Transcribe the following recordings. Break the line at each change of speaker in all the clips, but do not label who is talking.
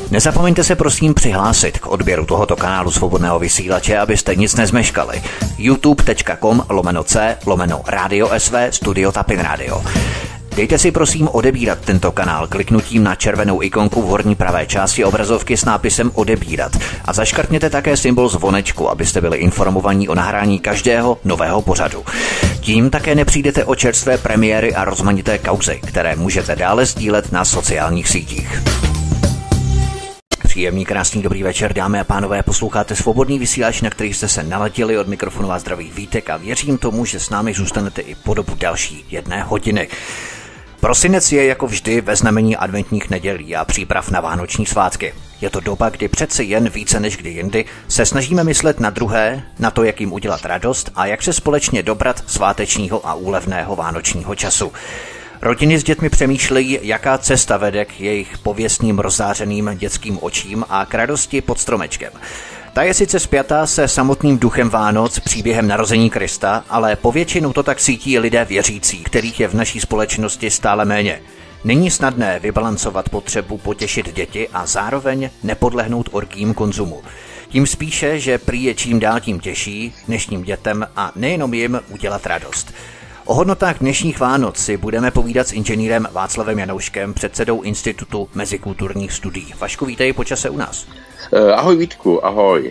Nezapomeňte se prosím přihlásit k odběru tohoto kanálu Svobodného vysílače, abyste nic nezmeškali. youtube.com/c/Radio SV Studio Tapin Radio. Dejte si prosím odebírat tento kanál kliknutím na červenou ikonku v horní pravé části obrazovky s nápisem odebírat a zaškrtněte také symbol zvonečku, abyste byli informovaní o nahrání každého nového pořadu. Tím také nepřijdete o čerstvé premiéry a rozmanité kauzy, které můžete dále sdílet na sociálních sítích. Příjemný, krásný, dobrý večer, dámy a pánové, posloucháte Svobodný vysílač, na který jste se naladili. Od mikrofonu vás zdraví Vítek a věřím tomu, že s námi zůstanete i po dobu další 1 hodiny. Prosinec je jako vždy ve znamení adventních nedělí a příprav na vánoční svátky. Je to doba, kdy přeci jen více než kdy jindy se snažíme myslet na druhé, na to, jak jim udělat radost a jak se společně dobrat svátečního a úlevného vánočního času. Rodiny s dětmi přemýšlejí, jaká cesta vede k jejich pověstným rozzářeným dětským očím a k radosti pod stromečkem. Ta je sice spjatá se samotným duchem Vánoc, příběhem narození Krista, ale povětšinou to tak cítí lidé věřící, kterých je v naší společnosti stále méně. Není snadné vybalancovat potřebu potěšit děti a zároveň nepodlehnout orgím konzumu. Tím spíše, že prý je čím dál tím těžší dnešním dětem a nejenom jim udělat radost. O hodnotách dnešních Vánoc si budeme povídat s inženýrem Václavem Janouškem, předsedou Institutu mezikulturních studií. Vašku, vítej po čase u nás.
Ahoj Vítku, ahoj.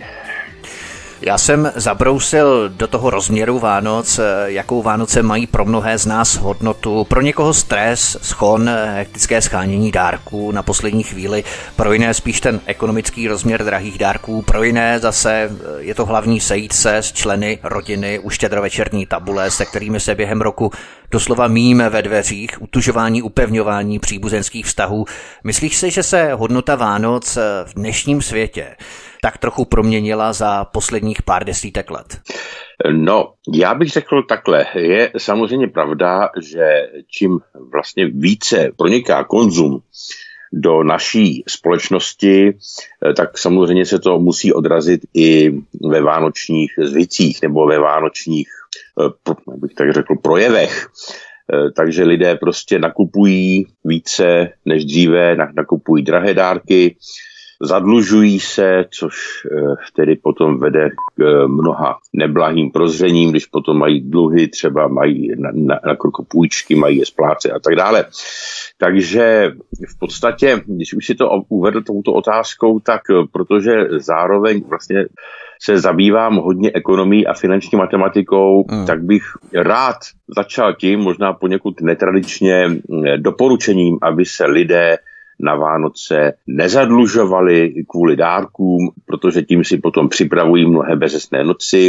Já jsem zabrousil do toho rozměru Vánoc, jakou Vánoce mají pro mnohé z nás hodnotu. Pro někoho stres, schon, hektické shánění dárků na poslední chvíli, pro jiné spíš ten ekonomický rozměr drahých dárků, pro jiné zase je to hlavní sejít se s členy rodiny u štědrovečerní tabule, se kterými se během roku doslova míjíme ve dveřích, utužování, upevňování příbuzenských vztahů. Myslíš si, že se hodnota Vánoc v dnešním světě tak trochu proměnila za posledních pár desítek let?
No, já bych řekl takhle. Je samozřejmě pravda, že čím vlastně více proniká konzum do naší společnosti, tak samozřejmě se to musí odrazit i ve vánočních zvycích nebo ve vánočních, bych tak řekl, projevech. Takže lidé prostě nakupují více než dříve, nakupují drahé dárky, zadlužují se, což tedy potom vede k mnoha neblahým prozřením, když potom mají dluhy, třeba mají na půjčky, mají je splácet a tak dále. Takže v podstatě, když už si to uvedl touto otázkou, tak protože zároveň vlastně se zabývám hodně ekonomií a finanční matematikou, tak bych rád začal tím, možná poněkud netradičně, doporučením, aby se lidé na Vánoce nezadlužovali kvůli dárkům, protože tím si potom připravují mnohé bezesné noci.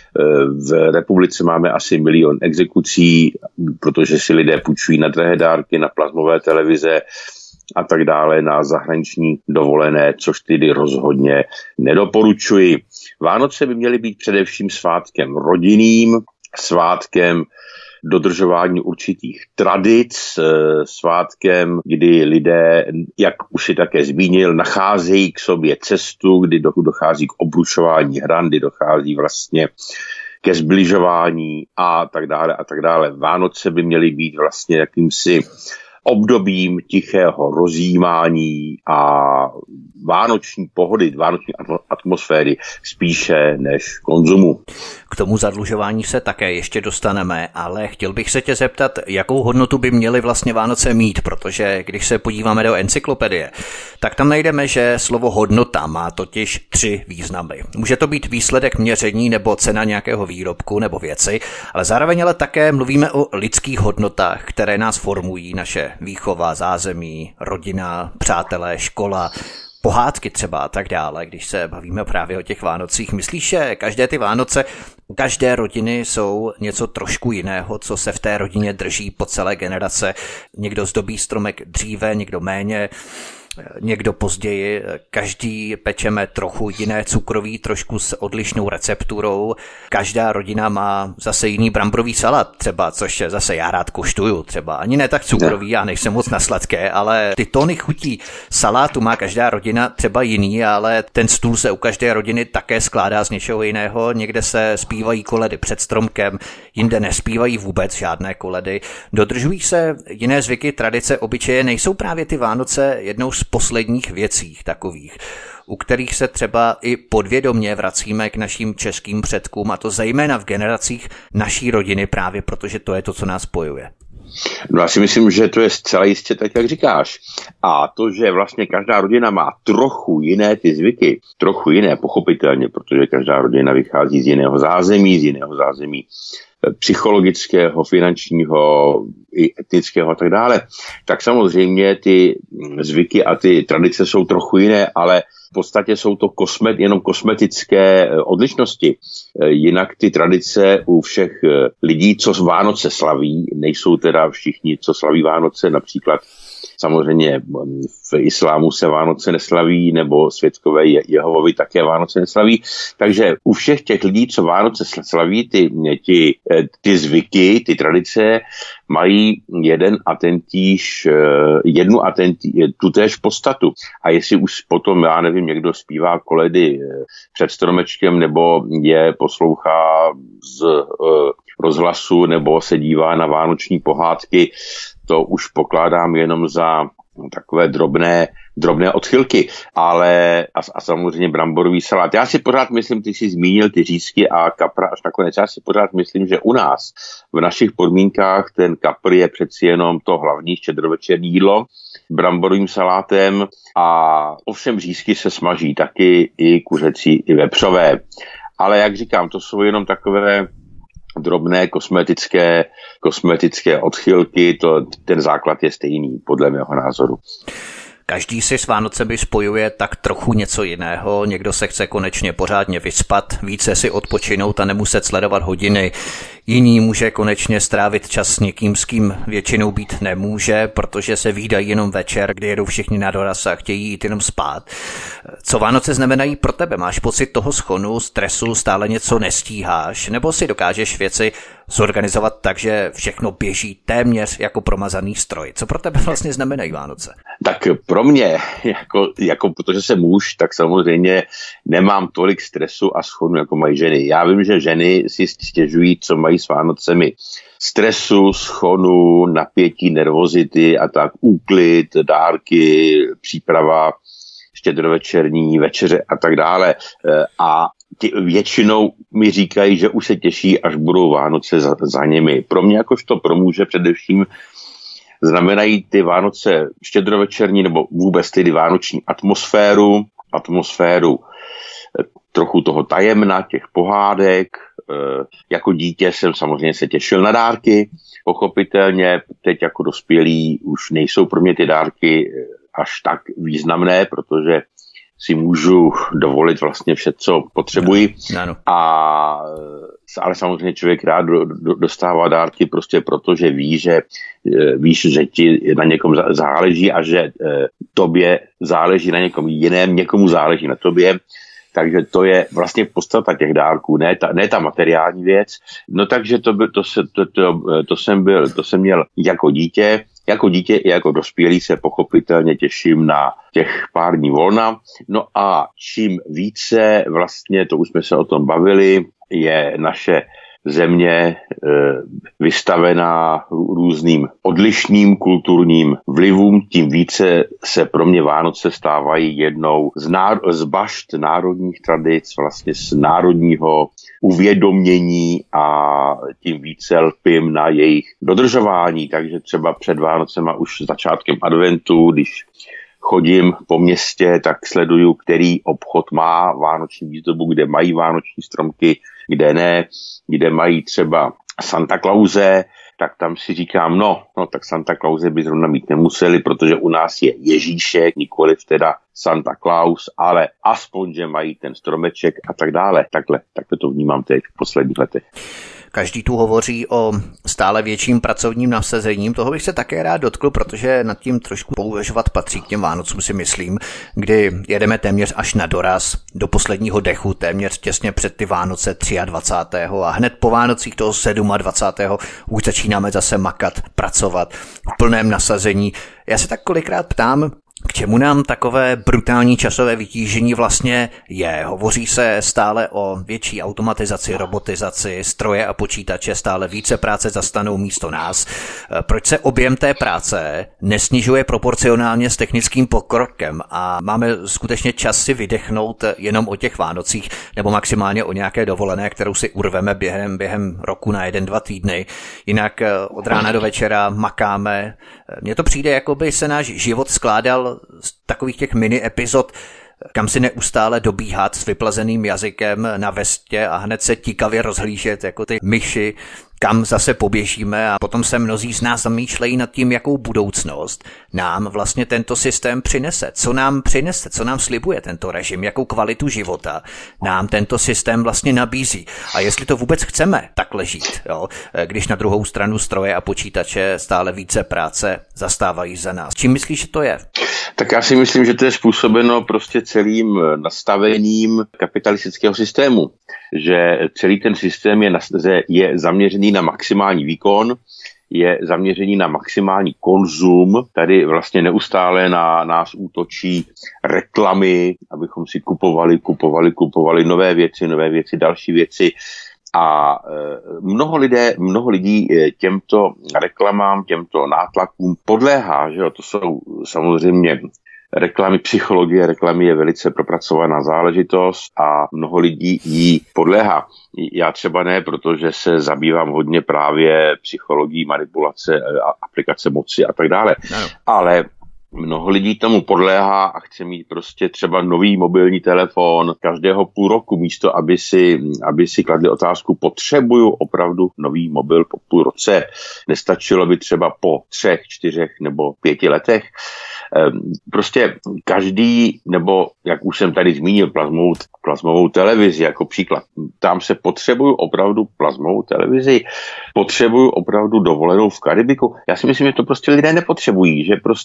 V republice máme asi 1 milion exekucí, protože si lidé půjčují na drahé dárky, na plazmové televize a tak dále, na zahraniční dovolené, což tedy rozhodně nedoporučuji. Vánoce by měly být především svátkem rodinným, svátkem dodržování určitých tradic, svátkem, kdy lidé, jak už si také zmínil, nacházejí k sobě cestu, kdy dochází k obrušování hran, kdy dochází vlastně ke zbližování a tak dále a tak dále. Vánoce by měly být vlastně jakýmsi obdobím tichého rozjímání a vánoční pohody, vánoční atmosféry spíše než konzumu.
K tomu zadlužování se také ještě dostaneme, ale chtěl bych se tě zeptat, jakou hodnotu by měly vlastně Vánoce mít, protože když se podíváme do encyklopedie, tak tam najdeme, že slovo hodnota má totiž 3 významy. Může to být výsledek měření nebo cena nějakého výrobku nebo věci, ale zároveň ale také mluvíme o lidských hodnotách, které nás formují, naše výchova, zázemí, rodina, přátelé, škola, pohádky třeba a tak dále, když se bavíme právě o těch Vánocích. Myslíš, že každé ty Vánoce u každé rodiny jsou něco trošku jiného, co se v té rodině drží po celé generace? Někdo zdobí stromek dříve, někdo méně, někdo později. Každý pečeme trochu jiné cukroví, trošku s odlišnou recepturou. Každá rodina má zase jiný bramborový salát třeba, což zase já rád koštuju třeba. Ani ne tak cukrový, já nejsem moc na sladké, ale ty tóny chutí salátu má každá rodina třeba jiný, ale ten stůl se u každé rodiny také skládá z něčeho jiného. Někde se zpívají koledy před stromkem, jinde nespívají vůbec žádné koledy. Dodržují se jiné zvyky, tradice, obyčeje. Nejsou právě ty Vánoce jednou z z posledních věcí takových, u kterých se třeba i podvědomě vracíme k našim českým předkům, a to zejména v generacích naší rodiny, právě protože to je to, co nás spojuje?
No já si myslím, že to je zcela jistě tak, jak říkáš. A to, že vlastně každá rodina má trochu jiné ty zvyky, trochu jiné, pochopitelně, protože každá rodina vychází z jiného zázemí psychologického, finančního i etnického a tak dále, tak samozřejmě ty zvyky a ty tradice jsou trochu jiné, ale v podstatě jsou to jenom kosmetické odlišnosti. Jinak ty tradice u všech lidí, co Vánoce slaví, nejsou teda všichni, co slaví Vánoce, například samozřejmě v islámu se Vánoce neslaví, nebo světkové Jehovovi také Vánoce neslaví. Takže u všech těch lidí, co Vánoce slaví, ty zvyky, ty tradice mají jednu a tutéž podstatu. A jestli už potom, já nevím, někdo zpívá koledy před stromečkem, nebo je poslouchá z rozhlasu, nebo se dívá na vánoční pohádky, to už pokládám jenom za takové drobné odchylky, ale a samozřejmě bramborový salát. Já si pořád myslím, ty jsi zmínil ty řízky a kapra až nakonec. Já si pořád myslím, že u nás v našich podmínkách ten kapr je přeci jenom to hlavní štědrovečerní jídlo bramborovým salátem, a ovšem řízky se smaží taky, i kuřecí, i vepřové. Ale jak říkám, to jsou jenom takové drobné kosmetické odchylky, ten základ je stejný, podle mého názoru.
Každý si s Vánocemi spojuje tak trochu něco jiného. Někdo se chce konečně pořádně vyspat, více si odpočinout a nemuset sledovat hodiny. Jiný může konečně strávit čas s někým, s kým většinou být nemůže, protože se vídají jenom večer, kdy jedou všichni na doraz a chtějí jít jenom spát. Co Vánoce znamenají pro tebe? Máš pocit toho schonu, stresu, stále něco nestíháš? Nebo si dokážeš věci zorganizovat tak, že všechno běží téměř jako promazaný stroj? Co pro tebe vlastně znamenají Vánoce?
Tak pro mě, protože jsem muž, tak samozřejmě nemám tolik stresu a schonu, jako mají ženy. Já vím, že ženy si stěžují, co mají s Vánocemi. Stresu, schonu, napětí, nervozity a tak, úklid, dárky, příprava štědrovečerní, večeře a tak dále. A většinou mi říkají, že už se těší, až budou Vánoce za nimi. Pro mě jakožto pro muže především znamenají ty Vánoce štědrovečerní nebo vůbec tedy vánoční atmosféru trochu toho tajemna, těch pohádek. Jako dítě jsem samozřejmě se těšil na dárky, pochopitelně teď jako dospělý už nejsou pro mě ty dárky až tak významné, protože si můžu dovolit vlastně vše, co potřebuji.
No.
Ale samozřejmě člověk rád dostává dárky prostě proto, že víš, že ti na někom záleží a že tobě záleží na někom jiném, někomu záleží na tobě. Takže to je vlastně podstata těch dárků, ne ta materiální věc. No takže to jsem měl jako dítě. Jako dítě i jako dospělý se pochopitelně těším na těch pár dní volna. No a čím více, vlastně, to už jsme se o tom bavili, je naše země vystavená různým odlišným kulturním vlivům, tím více se pro mě Vánoce stávají jednou z bašt národních tradic, vlastně z národního uvědomění, a tím více lpím na jejich dodržování. Takže třeba před Vánocema už začátkem adventu, když chodím po městě, tak sleduju, který obchod má vánoční výzdobu, kde mají vánoční stromky, kde ne, kde mají třeba Santa Clause, tak tam si říkám, no tak Santa Clause by zrovna mít nemuseli, protože u nás je Ježíšek, nikoliv teda Santa Claus, ale aspoň, že mají ten stromeček a tak dále. Takhle to vnímám teď v posledních letech.
Každý tu hovoří o stále větším pracovním nasazením. Toho bych se také rád dotkl, protože nad tím trošku pouvažovat patří k těm Vánocům, si myslím, kdy jedeme téměř až na doraz, do posledního dechu, téměř těsně před ty Vánoce 23. a hned po Vánocích toho 27. už začínáme zase makat, pracovat v plném nasazení. Já se tak kolikrát ptám, K čemu nám takové brutální časové vytížení vlastně je? Hovoří se stále o větší automatizaci, robotizaci, stroje a počítače, stále více práce zastanou místo nás. Proč se objem té práce nesnižuje proporcionálně s technickým pokrokem a máme skutečně čas si vydechnout jenom o těch Vánocích nebo maximálně o nějaké dovolené, kterou si urveme během roku na 1-2 týdny. Jinak od rána do večera makáme. Mně to přijde, jako by se náš život skládal z takových těch mini epizod, kam si neustále dobíhat s vyplazeným jazykem na vestě a hned se tikavě rozhlížet jako ty myši, kam zase poběžíme, a potom se mnozí z nás zamýšlejí nad tím, jakou budoucnost nám vlastně tento systém přinese. Co nám přinese, co nám slibuje tento režim, jakou kvalitu života nám tento systém vlastně nabízí. A jestli to vůbec chceme takhle žít, jo? Když na druhou stranu stroje a počítače stále více práce zastávají za nás. Čím myslíš, že to je?
Tak já si myslím, že to je způsobeno prostě celým nastavením kapitalistického systému. Že celý ten systém je zaměřený na maximální výkon, je zaměřený na maximální konzum. Tady vlastně neustále na nás útočí reklamy, abychom si kupovali nové věci, další věci. A mnoho lidí těmto reklamám, těmto nátlakům podléhá, že jo? To jsou samozřejmě reklamy, psychologie reklamy je velice propracovaná záležitost a mnoho lidí jí podléhá. Já třeba ne, protože se zabývám hodně právě psychologií, manipulace, aplikace moci a tak dále. No. Ale mnoho lidí tomu podléhá a chce mít prostě třeba nový mobilní telefon každého půl roku, místo aby si kladli otázku, potřebuju opravdu nový mobil po půl roce. Nestačilo by třeba po 3, 4 nebo 5 letech. Prostě každý, nebo jak už jsem tady zmínil, plazmovou televizi jako příklad. Tam se potřebuju opravdu plazmovou televizi, potřebuju opravdu dovolenou v Karibiku. Já si myslím, že to prostě lidé nepotřebují,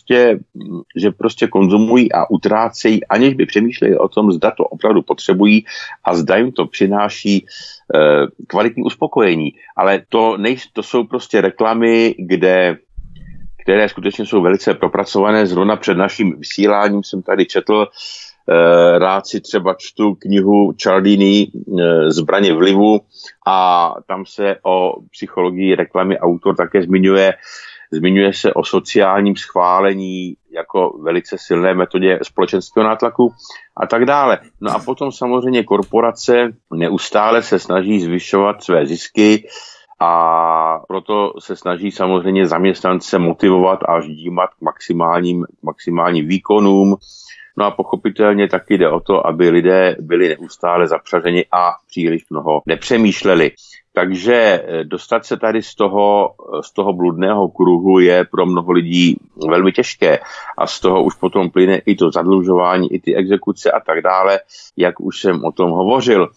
že prostě konzumují a utrácejí, aniž by přemýšleli o tom, zda to opravdu potřebují a zda jim to přináší kvalitní uspokojení. Ale to jsou prostě reklamy, které skutečně jsou velice propracované. Zrovna před naším vysíláním jsem tady četl, rád si třeba čtu knihu Cialdini Zbraně vlivu a tam se o psychologii reklamy autor také zmiňuje se o sociálním schválení jako velice silné metodě společenského nátlaku a tak dále. No a potom samozřejmě korporace neustále se snaží zvyšovat své zisky, a proto se snaží samozřejmě zaměstnance motivovat a ždímat k maximálním výkonům. No a pochopitelně taky jde o to, aby lidé byli neustále zapřaženi a příliš mnoho nepřemýšleli. Takže dostat se tady z toho bludného kruhu je pro mnoho lidí velmi těžké a z toho už potom plyne i to zadlužování, i ty exekuce a tak dále, jak už jsem o tom hovořil.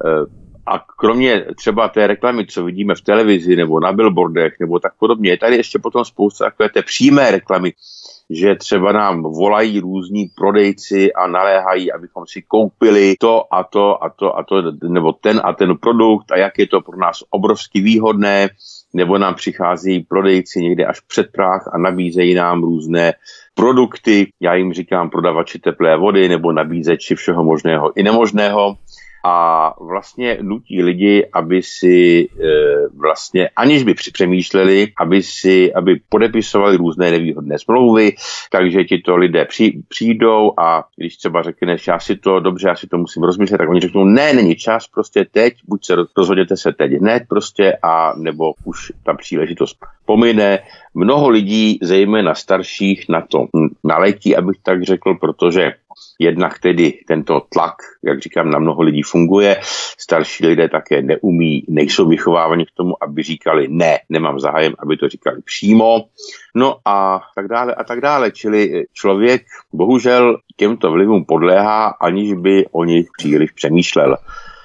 A kromě třeba té reklamy, co vidíme v televizi nebo na billboardech nebo tak podobně, je tady ještě potom spousta takové té přímé reklamy, že třeba nám volají různí prodejci a naléhají, abychom si koupili to a to a to a to, nebo ten a ten produkt a jak je to pro nás obrovsky výhodné, nebo nám přichází prodejci někde až před práh a nabízejí nám různé produkty, já jim říkám prodavači teplé vody nebo nabízeči všeho možného i nemožného. A vlastně nutí lidi, aby si vlastně, aniž by přemýšleli, aby podepisovali různé nevýhodné smlouvy, takže tito lidé přijdou a když třeba řekneš, já si to musím rozmyslet, tak oni řeknou, ne, není čas, prostě teď, buď se rozhodněte se teď hned prostě, a nebo už ta příležitost pomine. Mnoho lidí, zejména starších, na to naletí, abych tak řekl, protože jednak tedy tento tlak, jak říkám, na mnoho lidí funguje. Starší lidé také nejsou vychováváni k tomu, aby říkali ne, nemám zájem, aby to říkali přímo. No a tak dále a tak dále. Čili člověk bohužel těmto vlivům podléhá, aniž by o nich příliš přemýšlel.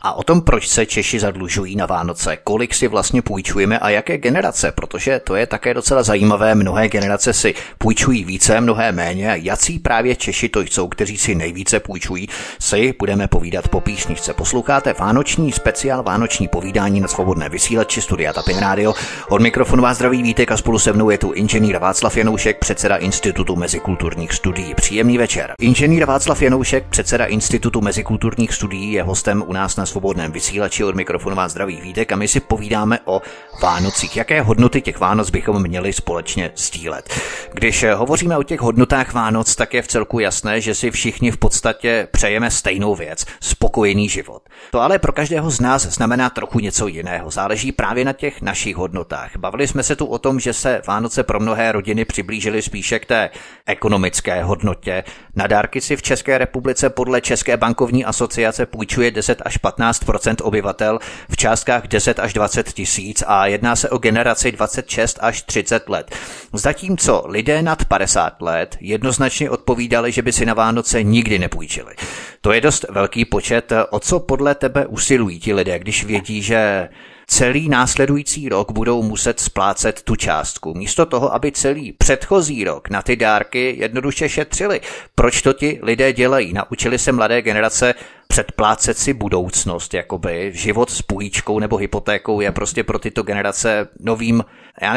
A o tom, proč se Češi zadlužují na Vánoce, kolik si vlastně půjčujeme a jaké generace, protože to je také docela zajímavé, mnohé generace si půjčují více, mnohé méně, jací právě Češi to jsou, kteří si nejvíce půjčují, si budeme povídat po písničce. Posloucháte vánoční speciál, vánoční povídání na Svobodné vysílači Studia Tapin Radio. Od mikrofonu vás zdraví Vítek a spolu se mnou je tu inženýr Václav Janoušek, předseda Institutu mezikulturních studií. Příjemný večer. Inženýr Václav Janoušek, předseda Institutu mezikulturních studií, je hostem u nás na Svobodném vysílači. Od mikrofonu vás zdraví Vítek a my si povídáme o Vánocích. Jaké hodnoty těch Vánoc bychom měli společně sdílet? Když hovoříme o těch hodnotách Vánoc, tak je v celku jasné, že si všichni v podstatě přejeme stejnou věc, spokojený život. To ale pro každého z nás znamená trochu něco jiného. Záleží právě na těch našich hodnotách. Bavili jsme se tu o tom, že se Vánoce pro mnohé rodiny přiblížily spíše k té ekonomické hodnotě. Na dárky si v České republice podle České bankovní asociace půjčuje 10 až 15% obyvatel v částkách 10 až 20 tisíc a jedná se o generaci 26 až 30 let. Zatímco lidé nad 50 let jednoznačně odpovídali, že by si na Vánoce nikdy nepůjčili. To je dost velký počet. O co podle tebe usilují ti lidé, když vědí, že celý následující rok budou muset splácet tu částku, místo toho, aby celý předchozí rok na ty dárky jednoduše šetřili? Proč to ti lidé dělají? Naučili se mladé generace předplácet si budoucnost, jakoby život s půjčkou nebo hypotékou je prostě pro tyto generace novým,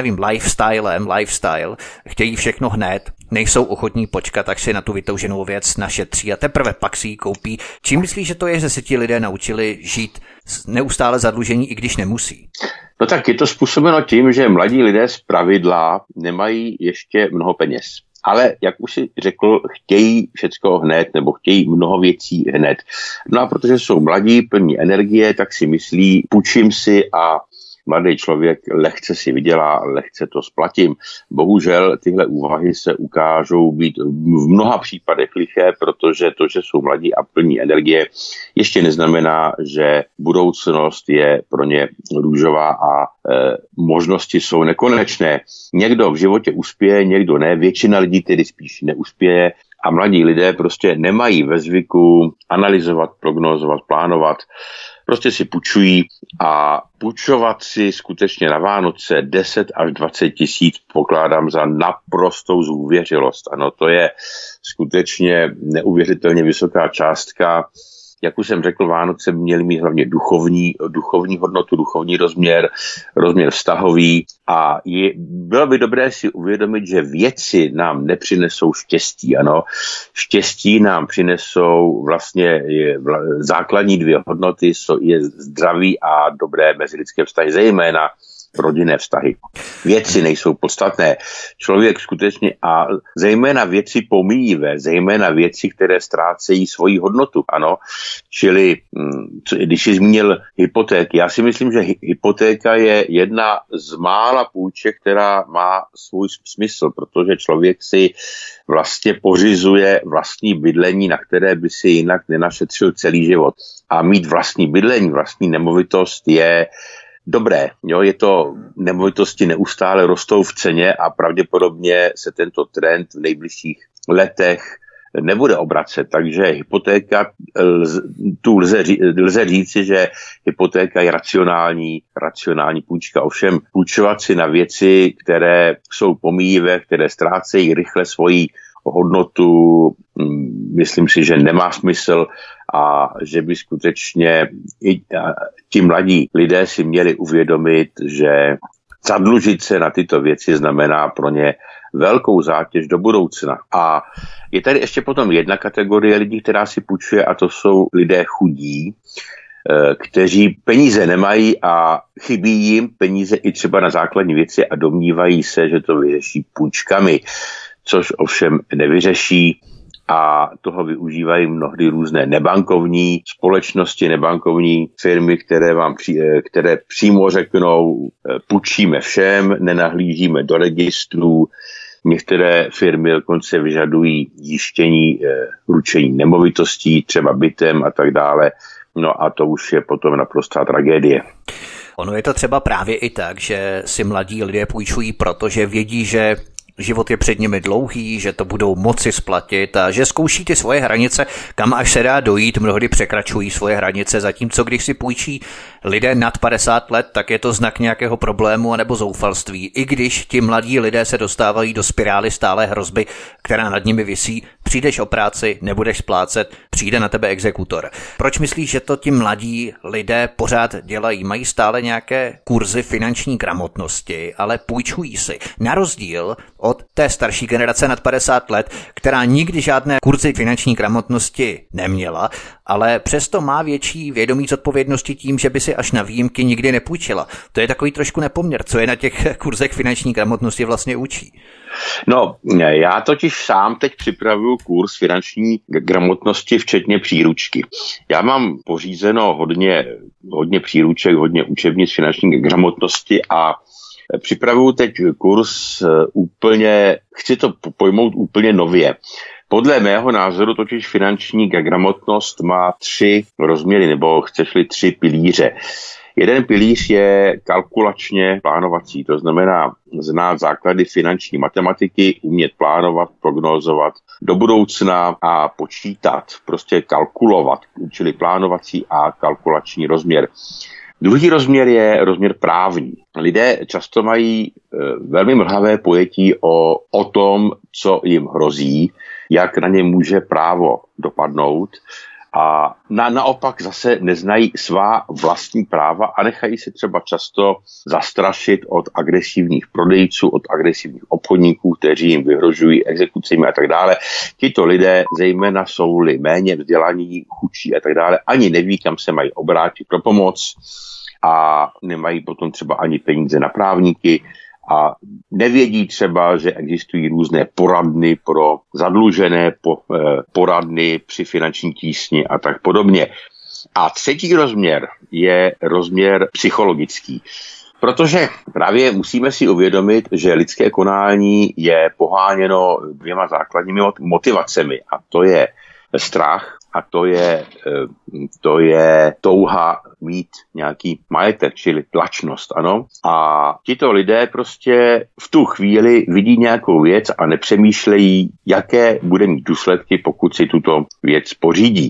lifestyle, chtějí všechno hned, nejsou ochotní počkat, tak si na tu vytouženou věc našetří a teprve pak si ji koupí. Čím myslíš, že to je, že se ti lidé naučili žít neustále zadlužení, i když nemusí?
No tak je to způsobeno tím, že mladí lidé z pravidla nemají ještě mnoho peněz. Ale, jak už si řekl, chtějí všecko hned, nebo chtějí mnoho věcí hned. No a protože jsou mladí, plní energie, tak si myslí, půjčím si a mladý člověk lehce si vydělá, lehce to splatím. Bohužel tyhle úvahy se ukážou být v mnoha případech liché, protože to, že jsou mladí a plní energie, ještě neznamená, že budoucnost je pro ně růžová a možnosti jsou nekonečné. Někdo v životě uspěje, někdo ne, většina lidí tedy spíš neuspěje a mladí lidé prostě nemají ve zvyku analyzovat, prognózovat, plánovat. Prostě si půjčují a půjčovat si skutečně na Vánoce 10 až 20 tisíc pokládám za naprostou zůvěřilost. Ano, to je skutečně neuvěřitelně vysoká částka. Jak už jsem řekl, Vánoce měly mít hlavně duchovní hodnotu, duchovní rozměr vztahový a bylo by dobré si uvědomit, že věci nám nepřinesou štěstí, ano. Štěstí nám přinesou vlastně základní dvě hodnoty, je zdraví a dobré mezilidské vztahy, zejména rodinné vztahy. Věci nejsou podstatné. Člověk skutečně a zejména věci pomíjivé, zejména věci, které ztrácejí svoji hodnotu, ano. Čili, když jsi zmínil hypotéky, já si myslím, že hypotéka je jedna z mála půjček, která má svůj smysl, protože člověk si vlastně pořizuje vlastní bydlení, na které by si jinak nenašetřil celý život. A mít vlastní bydlení, vlastní nemovitost je dobré, jo, nemovitosti neustále rostou v ceně a pravděpodobně se tento trend v nejbližších letech nebude obracet, takže hypotéka, lze říci, že hypotéka je racionální půjčka. Ovšem půjčovat si na věci, které jsou pomíjivé, které ztrácejí rychle svoji hodnotu, myslím si, že nemá smysl a že by skutečně i ti mladí lidé si měli uvědomit, že zadlužit se na tyto věci znamená pro ně velkou zátěž do budoucna. A je tady ještě potom jedna kategorie lidí, která si půjčuje a to jsou lidé chudí, kteří peníze nemají a chybí jim peníze i třeba na základní věci a domnívají se, že to vyřeší půjčkami, což ovšem nevyřeší a toho využívají mnohdy různé nebankovní společnosti, nebankovní firmy, které přímo řeknou, půjčíme všem, nenahlížíme do registrů. Některé firmy dokonce vyžadují jištění ručení nemovitostí, třeba bytem a tak dále. No a to už je potom naprostá tragédie.
Ono je to třeba právě i tak, že si mladí lidé půjčují, protože vědí, že život je před nimi dlouhý, že to budou moci splatit a že zkouší ty svoje hranice, kam až se dá dojít, mnohdy překračují svoje hranice, zatímco když si půjčí lidé nad 50 let, tak je to znak nějakého problému anebo zoufalství, i když ti mladí lidé se dostávají do spirály stálé hrozby, která nad nimi visí, přijdeš o práci, nebudeš splácet, přijde na tebe exekutor. Proč myslíš, že to ti mladí lidé pořád dělají? Mají stále nějaké kurzy finanční gramotnosti, ale půjčují si. Na rozdíl od té starší generace nad 50 let, která nikdy žádné kurzy finanční gramotnosti neměla, ale přesto má větší vědomí zodpovědnosti tím, že by si až na výjimky nikdy nepůjčila. To je takový trošku nepoměr, co je na těch kurzech finanční gramotnosti vlastně učí.
No, já totiž sám teď připravuju kurz finanční gramotnosti, včetně příručky. Já mám pořízeno hodně příruček, hodně učebnic finanční gramotnosti a připravuju teď kurz chci to pojmout úplně nově. Podle mého názoru totiž finanční gramotnost má 3 rozměry, nebo chceš-li 3 pilíře. Jeden pilíř je kalkulačně plánovací, to znamená znát základy finanční matematiky, umět plánovat, prognózovat do budoucna a počítat, prostě kalkulovat, čili plánovací a kalkulační rozměr. Druhý rozměr je rozměr právní. Lidé často mají velmi mlhavé pojetí o tom, co jim hrozí, jak na ně může právo dopadnout, a naopak zase neznají svá vlastní práva a nechají se třeba často zastrašit od agresivních prodejců, od agresivních obchodníků, kteří jim vyhrožují exekucemi a tak dále. Tito lidé, zejména jsou-li méně vzdělaní, chudší a tak dále, ani neví, kam se mají obrátit pro pomoc a nemají potom třeba ani peníze na právníky. A nevědí třeba, že existují různé poradny pro zadlužené, poradny při finanční tísni a tak podobně. A třetí rozměr je rozměr psychologický. Protože právě musíme si uvědomit, že lidské konání je poháněno 2 základními motivacemi. A to je strach a to je touha mít nějaký majetek, čili tlačnost, ano. A tito lidé prostě v tu chvíli vidí nějakou věc a nepřemýšlejí, jaké bude mít důsledky, pokud si tuto věc pořídí.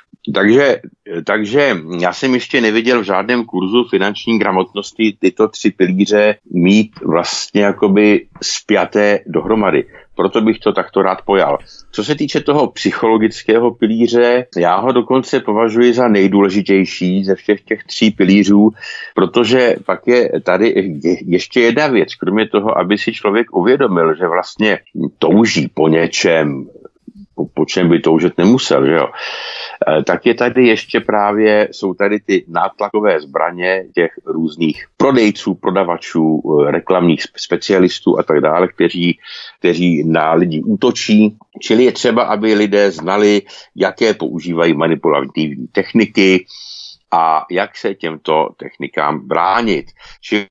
Takže já jsem ještě neviděl v žádném kurzu finanční gramotnosti tyto 3 pilíře mít vlastně jakoby spjaté dohromady. Proto bych to takto rád pojal. Co se týče toho psychologického pilíře, já ho dokonce považuji za nejdůležitější ze všech těch 3 pilířů, protože pak je tady ještě jedna věc, kromě toho, aby si člověk uvědomil, že vlastně touží po něčem, po čem by toužit nemusel, že jo? Tak je tady ještě jsou tady ty nátlakové zbraně těch různých prodejců, prodavačů, reklamních specialistů a tak dále, kteří na lidi útočí. Čili je třeba, aby lidé znali, jaké používají manipulativní techniky a jak se těmto technikám bránit. Čili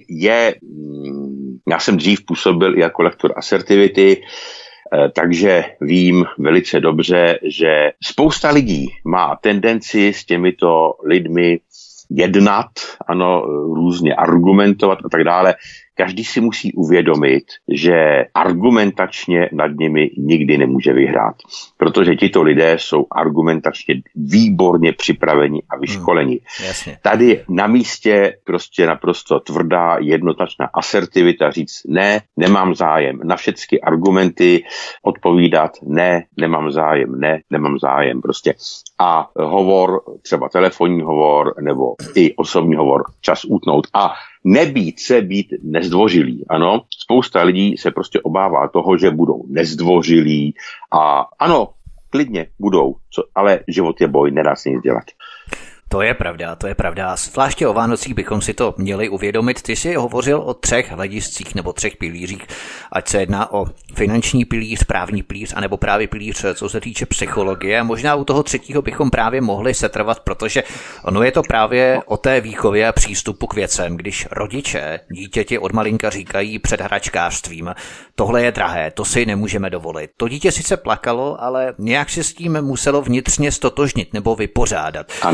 já jsem dřív působil i jako lektor asertivity, takže vím velice dobře, že spousta lidí má tendenci s těmito lidmi jednat, ano, různě argumentovat a tak dále. Každý si musí uvědomit, že argumentačně nad nimi nikdy nemůže vyhrát, protože tito lidé jsou argumentačně výborně připraveni a vyškoleni. Tady na místě prostě naprosto tvrdá, jednoznačná asertivita, říct ne, nemám zájem, na všechny argumenty odpovídat ne, nemám zájem prostě. A hovor, třeba telefonní hovor nebo i osobní hovor, čas utnout a nebýt nezdvořilí. Ano, spousta lidí se prostě obává toho, že budou nezdvořilí a ano, klidně budou, ale život je boj, nedá se nic dělat.
To je pravda. Zvláště o Vánocích bychom si to měli uvědomit. Ty jsi hovořil o 3 hlediscích nebo 3 pilířích, ať se jedná o finanční pilíř, právní pilíř, anebo právě pilíř, co se týče psychologie. Možná u toho 3. bychom právě mohli setrvat, protože ono je to právě o té výchově a přístupu k věcem, když rodiče dítěti od malinka říkají před hračkářstvím, tohle je drahé, to si nemůžeme dovolit. To dítě sice plakalo, ale nějak se s tím muselo vnitřně stotožnit nebo vypořádat.
Ano.
Tak si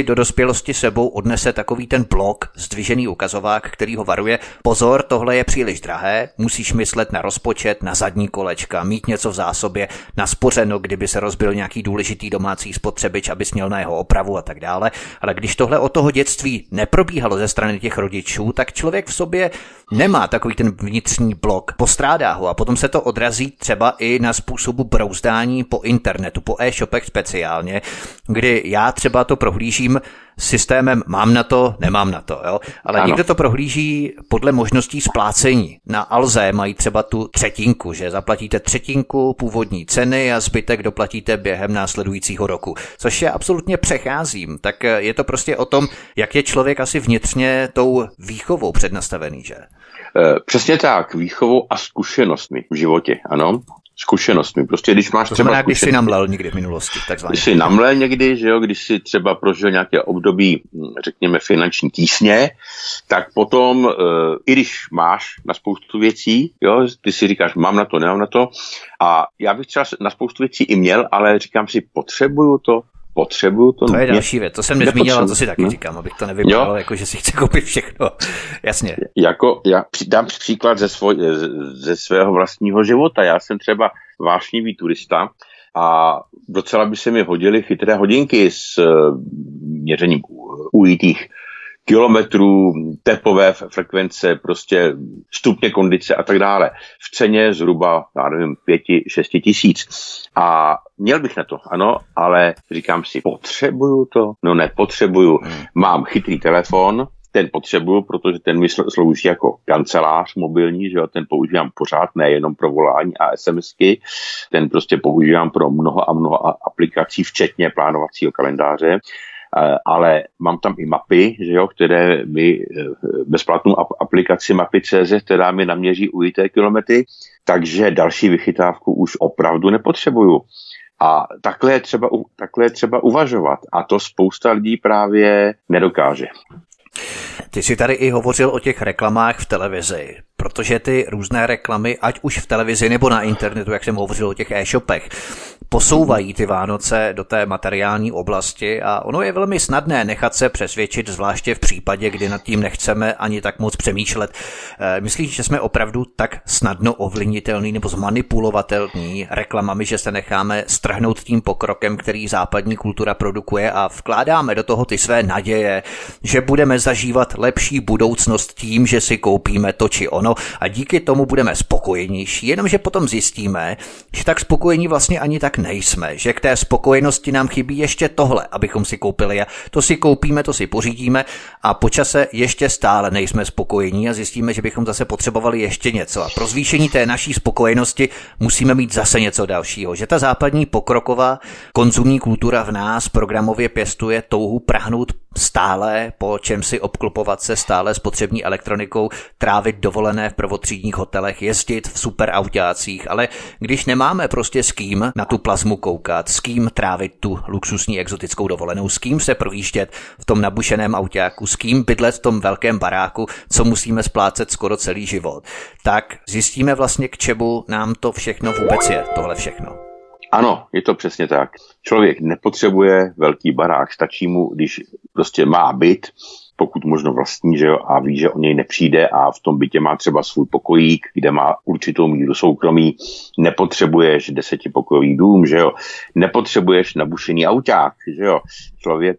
do dospělosti sebou odnese takový ten blok, zdvižený ukazovák, který ho varuje: pozor, tohle je příliš drahé, musíš myslet na rozpočet, na zadní kolečka, mít něco v zásobě, naspořeno, kdyby se rozbil nějaký důležitý domácí spotřebič, abys měl na jeho opravu a tak dále. Ale když tohle od toho dětství neprobíhalo ze strany těch rodičů, tak člověk v sobě nemá takový ten vnitřní blok, postrádá ho a potom se to odrazí třeba i na způsobu brouzdání po internetu, po e-shopech speciálně, kdy já třeba to prohlížím systémem mám na to, nemám na to, jo? Ale někdo to prohlíží podle možností splácení. Na Alze mají třeba tu třetinku, že zaplatíte třetinku původní ceny a zbytek doplatíte během následujícího roku, což je absolutně přecházím. Tak je to prostě o tom, jak je člověk asi vnitřně tou výchovou přednastavený, že?
Přesně tak, výchovou a zkušenostmi v životě, ano. Zkušenostmi. Prostě když máš
to znamená, když jsi namlel někdy v minulosti, takzvaně.
Když jsi namlel někdy, že jo, když jsi třeba prožil nějaké období, řekněme, finanční tísně, tak potom, i když máš na spoustu věcí, jo, ty si říkáš, mám na to, nemám na to, a já bych třeba na spoustu věcí i měl, ale říkám si, potřebuju to.
To je další věc, to jsem nezmínil, ale to si taky říkám, abych to nevypadalo, jako že si chci koupit všechno. Jasně.
Jako já dám příklad ze svého vlastního života. Já jsem třeba vášnivý turista a docela by se mi hodily chytré hodinky s měřením ujitých kilometrů, tepové frekvence, prostě stupně kondice a tak dále. V ceně zhruba, já nevím, 5-6 tisíc. A měl bych na to, ano, ale říkám si, potřebuju to? No nepotřebuju. Mám chytrý telefon, ten potřebuju, protože ten mi slouží jako kancelář mobilní, že jo, ten používám pořád, nejenom pro volání a SMSky, ten prostě používám pro mnoho aplikací, včetně plánovacího kalendáře. Ale mám tam i mapy, že jo, které mi bezplatnou aplikaci mapy.cz, která mi naměří ujité kilometry, takže další vychytávku už opravdu nepotřebuju. A takhle je třeba uvažovat. A to spousta lidí právě nedokáže.
Ty jsi tady i hovořil o těch reklamách v televizi, protože ty různé reklamy, ať už v televizi nebo na internetu, jak jsem hovořil o těch e-shopech, posouvají ty Vánoce do té materiální oblasti a ono je velmi snadné nechat se přesvědčit, zvláště v případě, kdy nad tím nechceme ani tak moc přemýšlet. Myslíš, že jsme opravdu tak snadno ovlivnitelní nebo zmanipulovatelní reklamami, že se necháme strhnout tím pokrokem, který západní kultura produkuje a vkládáme do toho ty své naděje, že budeme zažívat lepší budoucnost tím, že si koupíme to či ono a díky tomu budeme spokojenější, jenomže potom zjistíme, že tak spokojení vlastně ani tak nejsme, že k té spokojenosti nám chybí ještě tohle, abychom si koupili a to si koupíme, to si pořídíme a po čase ještě stále nejsme spokojení a zjistíme, že bychom zase potřebovali ještě něco a pro zvýšení té naší spokojenosti musíme mít zase něco dalšího, že ta západní pokroková konzumní kultura v nás programově pěstuje touhu prahnout stále, po čem si obklopovat se stále spotřební elektronikou, trávit dovolené v prvotřídních hotelech, jezdit v superautácích, ale když nemáme prostě s kým na tu plazmu koukat, s kým trávit tu luxusní exotickou dovolenou, s kým se projíždět v tom nabušeném autáku, s kým bydlet v tom velkém baráku, co musíme splácet skoro celý život, tak zjistíme vlastně, k čemu nám to všechno vůbec je, tohle všechno.
Ano, je to přesně tak. Člověk nepotřebuje velký barák, stačí mu, když prostě má byt, pokud možno vlastní, že jo, a ví, že o něj nepřijde a v tom bytě má třeba svůj pokojík, kde má určitou míru soukromí. Nepotřebuješ 10pokojový dům, že jo, nepotřebuješ nabušený auták, že jo. Člověk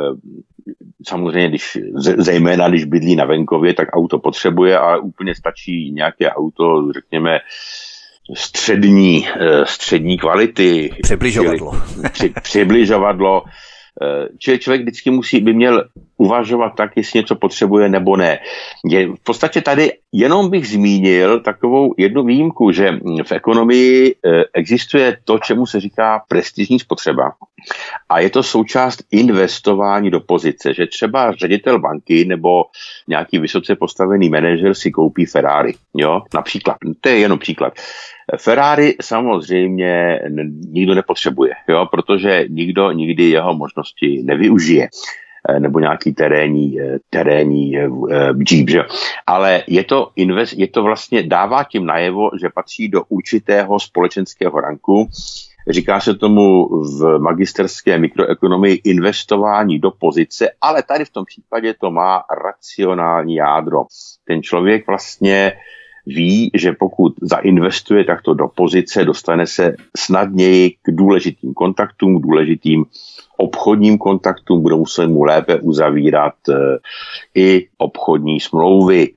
samozřejmě, zejména když bydlí na venkově, tak auto potřebuje, ale úplně stačí nějaké auto, řekněme, střední kvality. Přibližovadlo. Člověk vždycky by měl uvažovat tak, jestli něco potřebuje nebo ne. V podstatě tady jenom bych zmínil takovou jednu výjimku, že v ekonomii existuje to, čemu se říká prestižní spotřeba. A je to součást investování do pozice, že třeba ředitel banky nebo nějaký vysoce postavený manažer si koupí Ferrari. Jo? Například. To je jenom příklad. Ferrari samozřejmě nikdo nepotřebuje, jo? Protože nikdo nikdy jeho možnosti nevyužije. nebo nějaký terénní Jeep, že? Ale je to vlastně, dává tím najevo, že patří do určitého společenského ranku. Říká se tomu v magisterské mikroekonomii investování do pozice, ale tady v tom případě to má racionální jádro. Ten člověk vlastně ví, že pokud zainvestuje takto do pozice, dostane se snadněji k důležitým kontaktům, k důležitým obchodním kontaktům, budou se mu lépe uzavírat i obchodní smlouvy.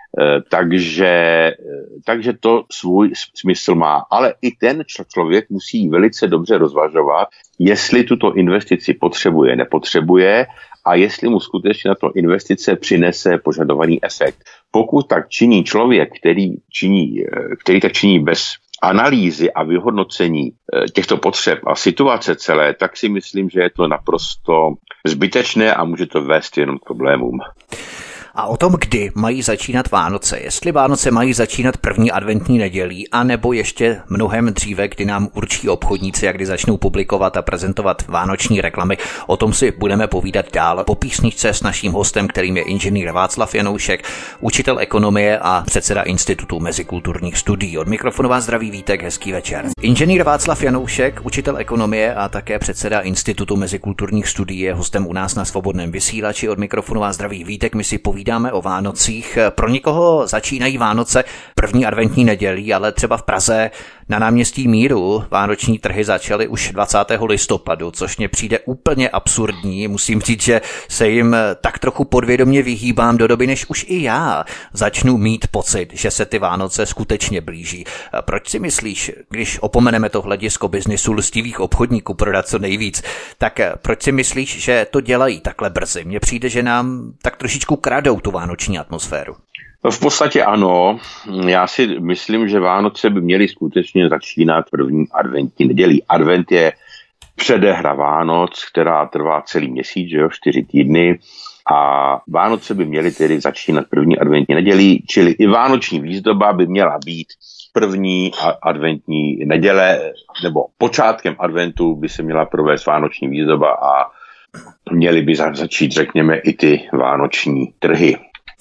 Takže to svůj smysl má. Ale i ten člověk musí velice dobře rozvažovat, jestli tuto investici potřebuje, nepotřebuje a jestli mu skutečně na to investice přinese požadovaný efekt. Pokud tak činí člověk, který tak činí bez analýzy a vyhodnocení těchto potřeb a situace celé, tak si myslím, že je to naprosto zbytečné a může to vést jenom k problémům.
A o tom, kdy mají začínat Vánoce, jestli Vánoce mají začínat první adventní nedělí, anebo ještě mnohem dříve, kdy nám určí obchodníci a kdy začnou publikovat a prezentovat vánoční reklamy, o tom si budeme povídat dál po písničce s naším hostem, kterým je inženýr Václav Janoušek, učitel ekonomie a předseda Institutu mezikulturních studií. Od mikrofonu vás zdraví Vítek, hezký večer. Inženýr Václav Janoušek, učitel ekonomie a také předseda Institutu mezikulturních studií, je hostem u nás na Svobodném vysílači. Od mikrofonu vás zdraví Vítek, my si povídáme o Vánocích. Pro někoho začínají Vánoce první adventní nedělí, ale třeba v Praze na náměstí Míru vánoční trhy začaly už 20. listopadu, což mně přijde úplně absurdní. Musím říct, že se jim tak trochu podvědomě vyhýbám do doby, než už i já začnu mít pocit, že se ty Vánoce skutečně blíží. Proč si myslíš, když opomeneme to hledisko biznisu lstivých obchodníků prodat co nejvíc, tak proč si myslíš, že to dělají takhle brzy? Mně přijde, že nám tak trošičku kradou tu vánoční atmosféru.
V podstatě ano. Já si myslím, že Vánoce by měly skutečně začínat první adventní nedělí. Advent je předehra Vánoc, která trvá celý měsíc, že jo, 4 týdny. A Vánoce by měly tedy začínat první adventní nedělí, čili i vánoční výzdoba by měla být první adventní neděle, nebo počátkem adventu by se měla provést vánoční výzdoba a měly by začít, řekněme, i ty vánoční trhy.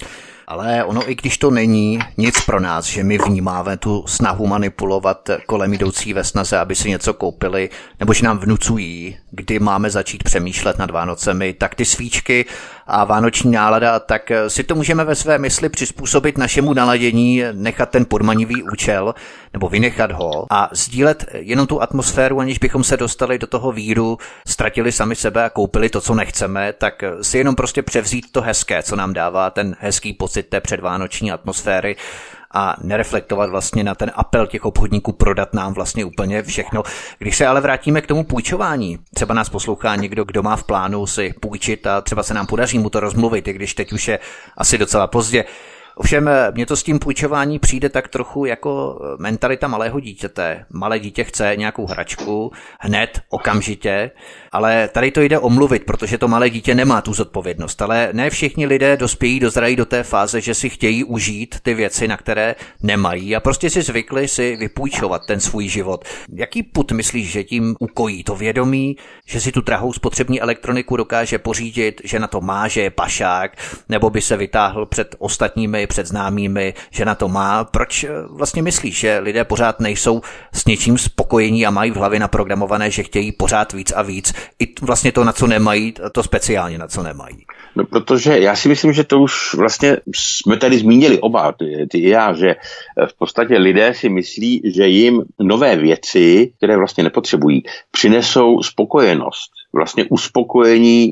Ale ono, i když to není nic pro nás, že my vnímáme tu snahu manipulovat kolem jdoucí ve snaze, aby si něco koupili, nebo že nám vnucují, kdy máme začít přemýšlet nad Vánocemi, tak ty svíčky a vánoční nálada, tak si to můžeme ve své mysli přizpůsobit našemu naladění, nechat ten podmanivý účel, nebo vynechat ho a sdílet jenom tu atmosféru, aniž bychom se dostali do toho víru, ztratili sami sebe a koupili to, co nechceme, tak si jenom prostě převzít to hezké, co nám dává ten hezký pocit té předvánoční atmosféry a nereflektovat vlastně na ten apel těch obchodníků prodat nám vlastně úplně všechno. Když se ale vrátíme k tomu půjčování, třeba nás poslouchá někdo, kdo má v plánu si půjčit a třeba se nám podaří mu to rozmluvit, i když teď už je asi docela pozdě. Ovšem, mně to s tím půjčování přijde tak trochu jako mentalita malého dítěte. Malé dítě chce nějakou hračku hned, okamžitě, ale tady to jde omluvit, protože to malé dítě nemá tu zodpovědnost. Ale ne všichni lidé dozrají do té fáze, že si chtějí užít ty věci, na které nemají a prostě si zvykli si vypůjčovat ten svůj život. Jaký pud myslíš, že tím ukojí to vědomí, že si tu drahou spotřební elektroniku dokáže pořídit, že na to má, že je pašák, nebo by se vytáhl před ostatními, před známými, že na to má. Proč vlastně myslíš, že lidé pořád nejsou s něčím spokojení a mají v hlavě naprogramované, že chtějí pořád víc a víc? I vlastně to, na co nemají, to speciálně na co nemají.
No, protože já si myslím, že to už vlastně jsme tady zmínili oba, ty i já, že v podstatě lidé si myslí, že jim nové věci, které vlastně nepotřebují, přinesou spokojenost. Vlastně uspokojení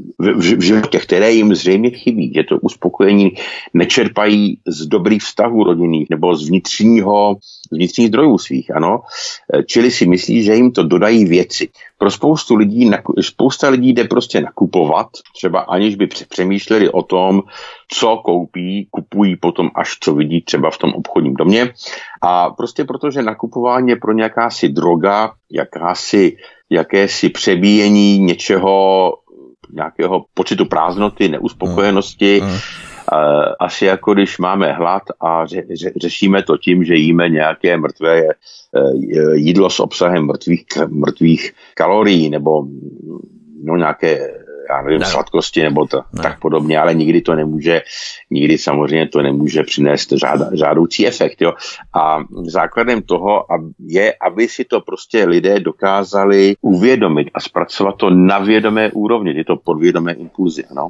v životě, které jim zřejmě chybí. Že to uspokojení nečerpají z dobrých vztahů rodinných nebo z vnitřních zdrojů svých, ano. Čili si myslí, že jim to dodají věci. Pro spousta lidí jde prostě nakupovat, třeba aniž by přemýšleli o tom, co koupí, kupují potom až co vidí třeba v tom obchodním domě. A prostě protože nakupování je pro ně jakási droga, jakési přebíjení něčeho, nějakého pocitu prázdnoty, neuspokojenosti. Asi jako když máme hlad a řešíme to tím, že jíme nějaké mrtvé jídlo s obsahem mrtvých kalorií nebo nějaké já nevím, sladkosti nebo to, tak podobně, ale nikdy samozřejmě to nemůže přinést žádoucí efekt. Jo. A základem toho je, aby si to prostě lidé dokázali uvědomit a zpracovat to na vědomé úrovni, tyto podvědomé impulzy. No.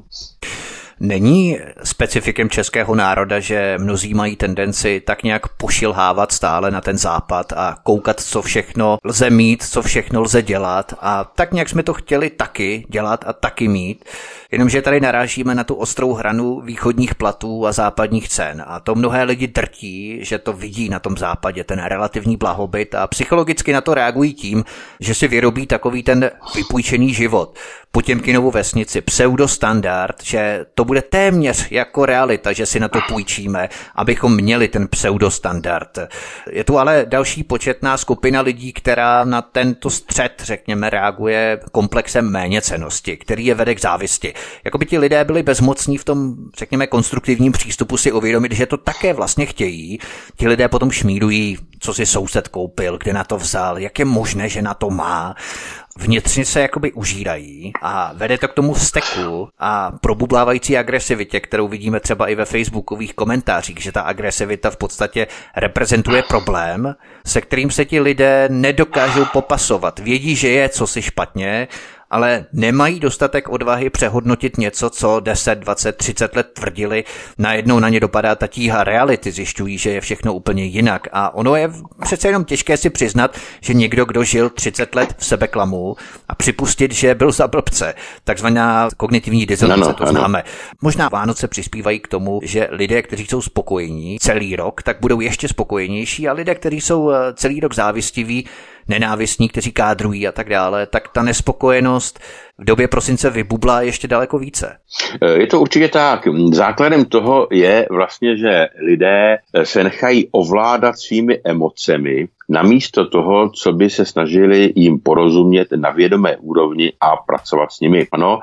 Není specifikem českého národa, že mnozí mají tendenci tak nějak pošilhávat stále na ten západ a koukat, co všechno lze mít, co všechno lze dělat, a tak nějak jsme to chtěli taky dělat a taky mít, jenomže tady narážíme na tu ostrou hranu východních platů a západních cen a to mnohé lidi drtí, že to vidí na tom západě, ten relativní blahobyt, a psychologicky na to reagují tím, že si vyrobí takový ten vypůjčený život, Potěmkinovu vesnici, pseudostandard, že to bude téměř jako realita, že si na to půjčíme, abychom měli ten pseudostandard. Je tu ale další početná skupina lidí, která na tento střet, řekněme, reaguje komplexem méněcennosti, který je vede k závisti. Jakoby ti lidé byli bezmocní v tom, řekněme, konstruktivním přístupu si uvědomit, že to také vlastně chtějí. Ti lidé potom šmírují, co si soused koupil, kde na to vzal, jak je možné, že na to má. Vnitřně se jakoby užírají a vede to k tomu vzteku a probublávající agresivitě, kterou vidíme třeba i ve facebookových komentářích, že ta agresivita v podstatě reprezentuje problém, se kterým se ti lidé nedokážou popasovat. Vědí, že je cosi špatně, ale nemají dostatek odvahy přehodnotit něco, co 10, 20, 30 let tvrdili. Najednou na ně dopadá ta tíha reality, zjišťují, že je všechno úplně jinak. A ono je přece jenom těžké si přiznat, že někdo, kdo žil 30 let v sebeklamu a připustit, že byl za blbce. Takzvaná kognitivní disonance, to známe. Možná Vánoce přispívají k tomu, že lidé, kteří jsou spokojení celý rok, tak budou ještě spokojenější, a lidé, kteří jsou celý rok závistiví, nenávistní, kteří kádrují a tak dále, tak ta nespokojenost v době prosince vybublá ještě daleko více.
Je to určitě tak. Základem toho je vlastně, že lidé se nechají ovládat svými emocemi, namísto toho, co by se snažili jim porozumět na vědomé úrovni a pracovat s nimi. Ano,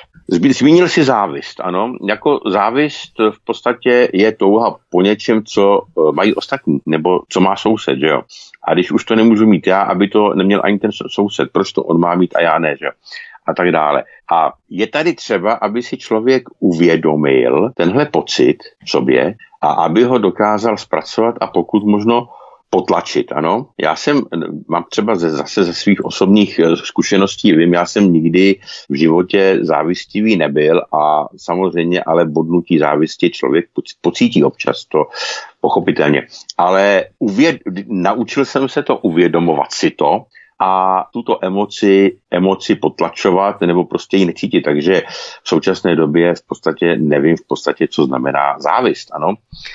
zmínil si závist, ano. Jako závist v podstatě je touha po něčem, co mají ostatní, nebo co má soused, že jo. A když už to nemůžu mít já, aby to neměl ani ten soused, proč to on má mít a já ne, že jo. A tak dále. A je tady třeba, aby si člověk uvědomil tenhle pocit v sobě a aby ho dokázal zpracovat a pokud možno potlačit, ano. Mám třeba zase ze svých osobních zkušeností, já jsem nikdy v životě závistivý nebyl a samozřejmě ale bodnutí závisti člověk pocítí občas, to pochopitelně. Ale naučil jsem se to uvědomovat si to a tuto emoci potlačovat nebo prostě ji necítit. Takže v současné době v podstatě nevím co znamená závist, ano.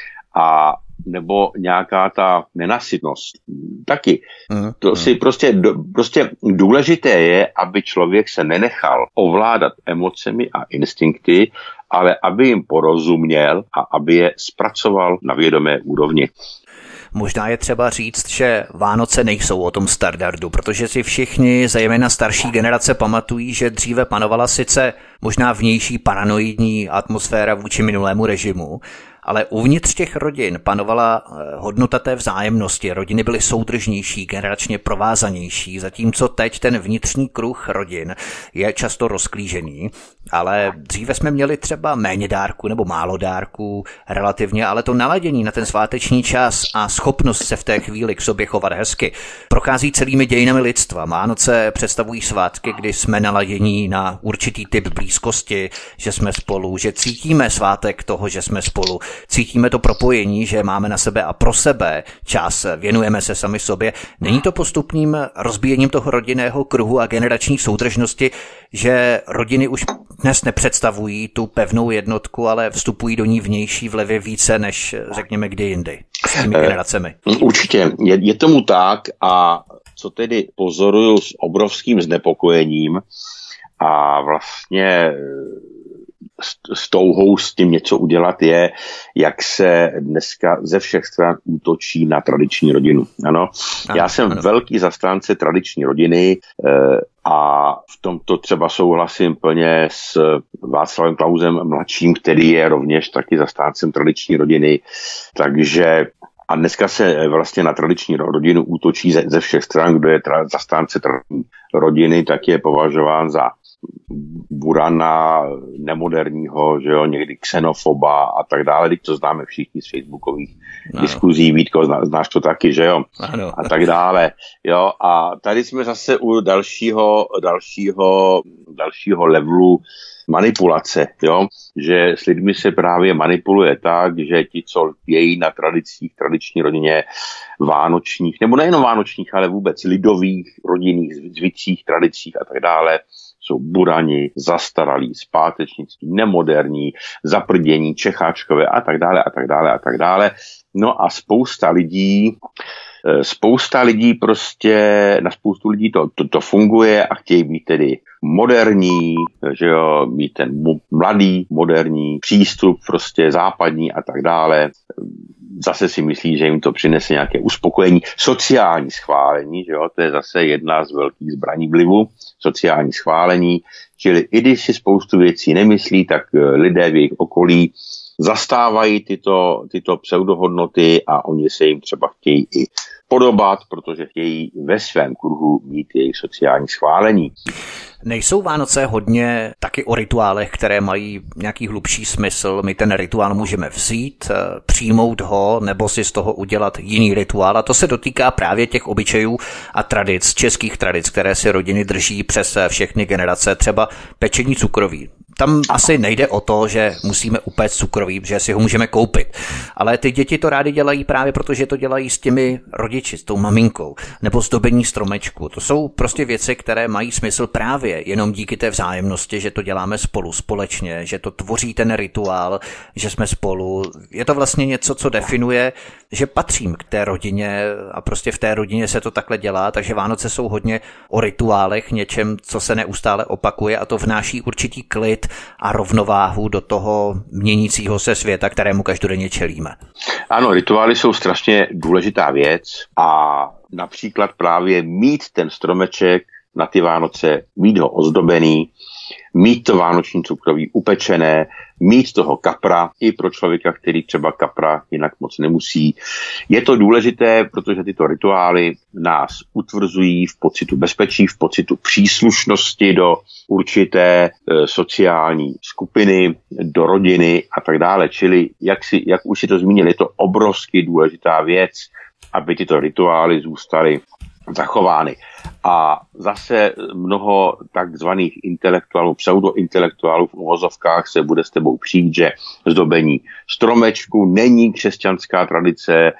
A nebo nějaká ta nenasytnost taky. To si prostě důležité je, aby člověk se nenechal ovládat emocemi a instinkty, ale aby jim porozuměl a aby je zpracoval na vědomé úrovni.
Možná je třeba říct, že Vánoce nejsou o tom standardu, protože si všichni, zejména starší generace, pamatují, že dříve panovala sice možná vnější paranoidní atmosféra vůči minulému režimu, ale uvnitř těch rodin panovala hodnota té vzájemnosti. Rodiny byly soudržnější, generačně provázanější, zatímco teď ten vnitřní kruh rodin je často rozklížený. Ale dříve jsme měli třeba méně dárků nebo málo dárků relativně, ale to naladění na ten sváteční čas a schopnost se v té chvíli k sobě chovat hezky prochází celými dějinami lidstva. Vánoce představují svátky, kdy jsme naladění na určitý typ blízkosti, že jsme spolu, že cítíme svátek toho, že jsme spolu. Cítíme to propojení, že máme na sebe a pro sebe čas, věnujeme se sami sobě. Není to postupným rozbíjením toho rodinného kruhu a generační soudržnosti, že rodiny už dnes nepředstavují tu pevnou jednotku, ale vstupují do ní vnější vlivy více než, řekněme, kdy jindy s těmi generacemi?
Určitě, je tomu tak a co tedy pozoruju s obrovským znepokojením a vlastně s touhou s tím něco udělat je, jak se dneska ze všech stran útočí na tradiční rodinu. Ano. Já jsem velký zastánce tradiční rodiny a v tomto třeba souhlasím plně s Václavem Klausem mladším, který je rovněž taky zastáncem tradiční rodiny. Takže a dneska se vlastně na tradiční rodinu útočí ze všech stran. Kdo je zastánce tradiční rodiny, tak je považován za Burana, nemoderního, že jo, někdy xenofoba a tak dále, teď to známe všichni z facebookových diskuzí, Vítko, znáš to taky, že jo, a tak dále, jo, a tady jsme zase u dalšího levelu manipulace, jo, že s lidmi se právě manipuluje tak, že ti, co lpějí na tradiční rodině vánočních, nebo nejenom vánočních, ale vůbec lidových rodinných zvycích, tradicích a tak dále, jsou burani, zastaralí, zpátečnický, nemoderní, zaprdění, čecháčkové a tak dále a tak dále a tak dále. No a spousta lidí prostě, na spoustu lidí to funguje a chtějí být tedy moderní, že jo, mít ten mladý, moderní přístup, prostě západní a tak dále. Zase si myslí, že jim to přinese nějaké uspokojení, sociální schválení, že jo, to je zase jedna z velkých zbraní vlivu, sociální schválení, čili i když si spoustu věcí nemyslí, tak lidé v jejich okolí zastávají tyto pseudohodnoty a oni se jim třeba chtějí i podobat, protože chtějí ve svém kruhu mít jejich sociální schválení.
Nejsou Vánoce hodně taky o rituálech, které mají nějaký hlubší smysl? My ten rituál můžeme vzít, přijmout ho, nebo si z toho udělat jiný rituál. A to se dotýká právě těch obyčejů a tradic, českých tradic, které si rodiny drží přes všechny generace, třeba pečení cukroví. Tam asi nejde o to, že musíme upéct cukroví, že si ho můžeme koupit. Ale ty děti to rádi dělají právě proto, že to dělají s těmi rodiči, s tou maminkou, nebo zdobení stromečku. To jsou prostě věci, které mají smysl právě jenom díky té vzájemnosti, že to děláme spolu, společně, že to tvoří ten rituál, že jsme spolu. Je to vlastně něco, co definuje, že patřím k té rodině a prostě v té rodině se to takhle dělá, takže Vánoce jsou hodně o rituálech, něčem, co se neustále opakuje a to vnáší určitý klid a rovnováhu do toho měnícího se světa, kterému každodenně čelíme.
Ano, rituály jsou strašně důležitá věc a například právě mít ten stromeček na ty Vánoce, mít ho ozdobený, mít to vánoční cukroví upečené, mít toho kapra i pro člověka, který třeba kapra jinak moc nemusí. Je to důležité, protože tyto rituály nás utvrzují v pocitu bezpečí, v pocitu příslušnosti do určité sociální skupiny, do rodiny a tak dále. Čili, jak už si to zmínil, je to obrovsky důležitá věc, aby tyto rituály zůstaly zachovány. A zase mnoho takzvaných intelektuálů, pseudointelektuálů v uvozovkách se bude s tebou přijít, že zdobení stromečku není křesťanská tradice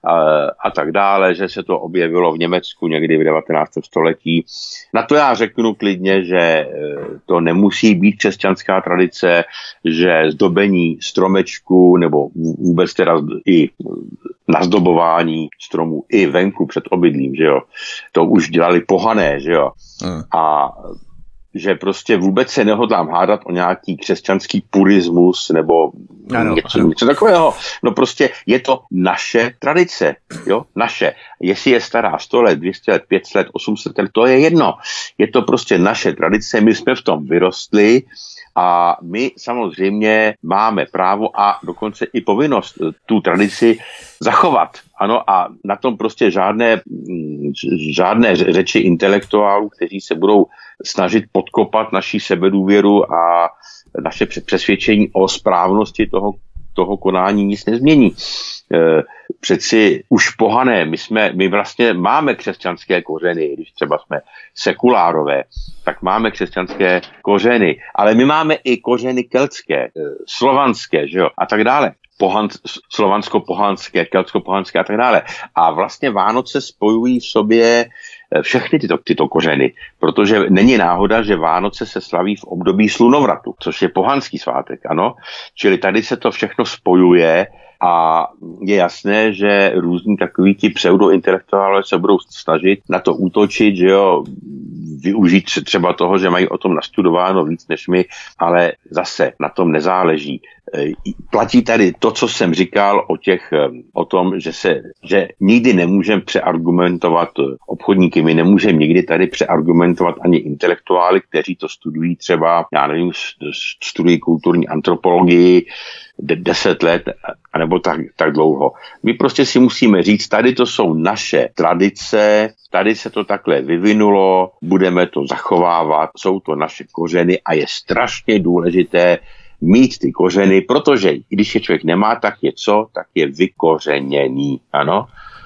a tak dále, že se to objevilo v Německu někdy v 19. století. Na to já řeknu klidně, že to nemusí být křesťanská tradice, že zdobení stromečku nebo vůbec teda i nazdobování stromů i venku před obydlím, že jo, to už dělali pohané, že jo. A že prostě vůbec se nehodlám hádat o nějaký křesťanský purismus nebo něco takového. No prostě je to naše tradice, jo, naše. Jestli je stará 100 let, 200 let, 500 let, 800 let, to je jedno. Je to prostě naše tradice, my jsme v tom vyrostli a my samozřejmě máme právo a dokonce i povinnost tu tradici zachovat. Ano, a na tom prostě žádné řeči intelektuálů, kteří se budou snažit podkopat naši sebedůvěru a naše přesvědčení o správnosti toho konání nic nezmění. Přeci už pohané, my vlastně máme křesťanské kořeny, když třeba jsme sekulárové, tak máme křesťanské kořeny, ale my máme i kořeny keltské, slovanské, že jo, a tak dále. Slovansko-pohanské, keltsko-pohanské a tak dále. A vlastně Vánoce spojují v sobě všechny tyto kořeny, protože není náhoda, že Vánoce se slaví v období slunovratu, což je pohanský svátek, ano. Čili tady se to všechno spojuje a je jasné, že různí takoví ti pseudointelektuálové se budou snažit na to útočit, že jo, využít třeba toho, že mají o tom nastudováno víc než my, ale zase na tom nezáleží. platí tady to, co jsem říkal o tom, že nikdy nemůžeme přeargumentovat obchodníky, my nemůžeme nikdy tady přeargumentovat ani intelektuály, kteří to studují třeba, já nevím, studují kulturní antropologii 10 let, anebo tak dlouho. My prostě si musíme říct, tady to jsou naše tradice, tady se to takhle vyvinulo, budeme to zachovávat, jsou to naše kořeny a je strašně důležité mít ty kořeny, protože když je člověk nemá, tak je co? Tak je vykořeněný, ano?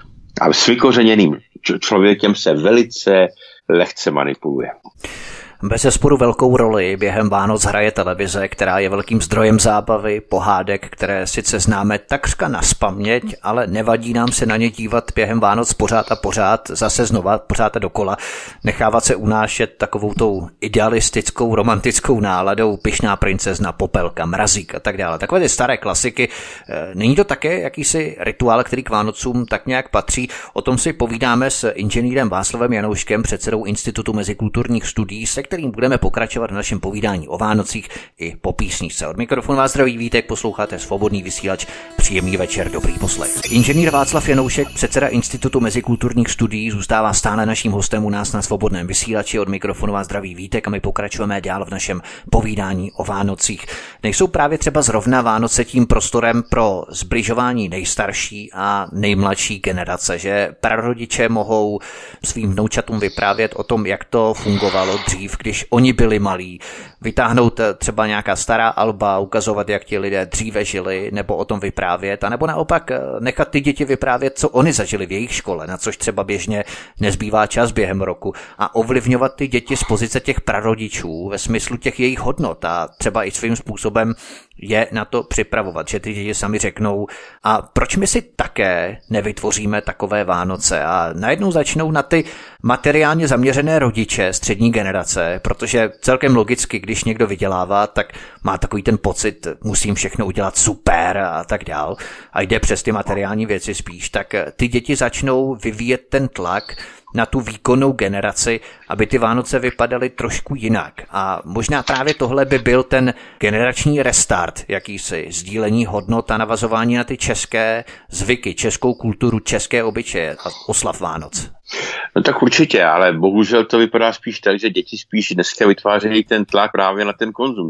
A s vykořeněným člověkem se velice lehce manipuluje.
Bezesporu velkou roli během Vánoc hraje televize, která je velkým zdrojem zábavy, pohádek, které sice známe takřka nazpaměť, ale nevadí nám se na ně dívat během Vánoc pořád a pořád, zase znova, pořád a dokola, nechávat se unášet takovou tou idealistickou, romantickou náladou Pyšná princezna, Popelka, Mrazík a tak dále. Takové ty staré klasiky. Není to také jakýsi rituál, který k Vánocům tak nějak patří? O tom si povídáme s inženýrem Václavem Janouškem, předsedou Institutu mezikulturních studií, se kterým budeme pokračovat v našem povídání o Vánocích i po písničce. Od mikrofonu vás zdraví Vítek, posloucháte Svobodný vysílač, příjemný večer, dobrý poslech. Inženýr Václav Janoušek, předseda Institutu mezikulturních studií, zůstává stále naším hostem u nás na Svobodném vysílači. Od mikrofonu vás zdraví Vítek a my pokračujeme dál v našem povídání o Vánocích. Nejsou právě třeba zrovna Vánoce tím prostorem pro zbližování nejstarší a nejmladší generace, že prarodiče mohou svým vnoučatům vyprávět o tom, jak to fungovalo dřív, když oni byli malí, vytáhnout třeba nějaká stará alba, ukazovat, jak ti lidé dříve žili, nebo o tom vyprávět, anebo naopak nechat ty děti vyprávět, co oni zažili v jejich škole, na což třeba běžně nezbývá čas během roku, a ovlivňovat ty děti z pozice těch prarodičů ve smyslu těch jejich hodnot a třeba i svým způsobem je na to připravovat, že ty děti sami řeknou, a proč my si také nevytvoříme takové Vánoce, a najednou začnou na ty materiálně zaměřené rodiče střední generace, protože celkem logicky, když někdo vydělává, tak má takový ten pocit, musím všechno udělat super a tak dál, a jde přes ty materiální věci spíš, tak ty děti začnou vyvíjet ten tlak na tu výkonnou generaci, aby ty Vánoce vypadaly trošku jinak. A možná právě tohle by byl ten generační restart, jakýsi sdílení hodnot a navazování na ty české zvyky, českou kulturu, české obyčeje a oslav Vánoc.
No tak určitě, ale bohužel to vypadá spíš tak, že děti spíš dneska vytvářejí ten tlak právě na ten konzum,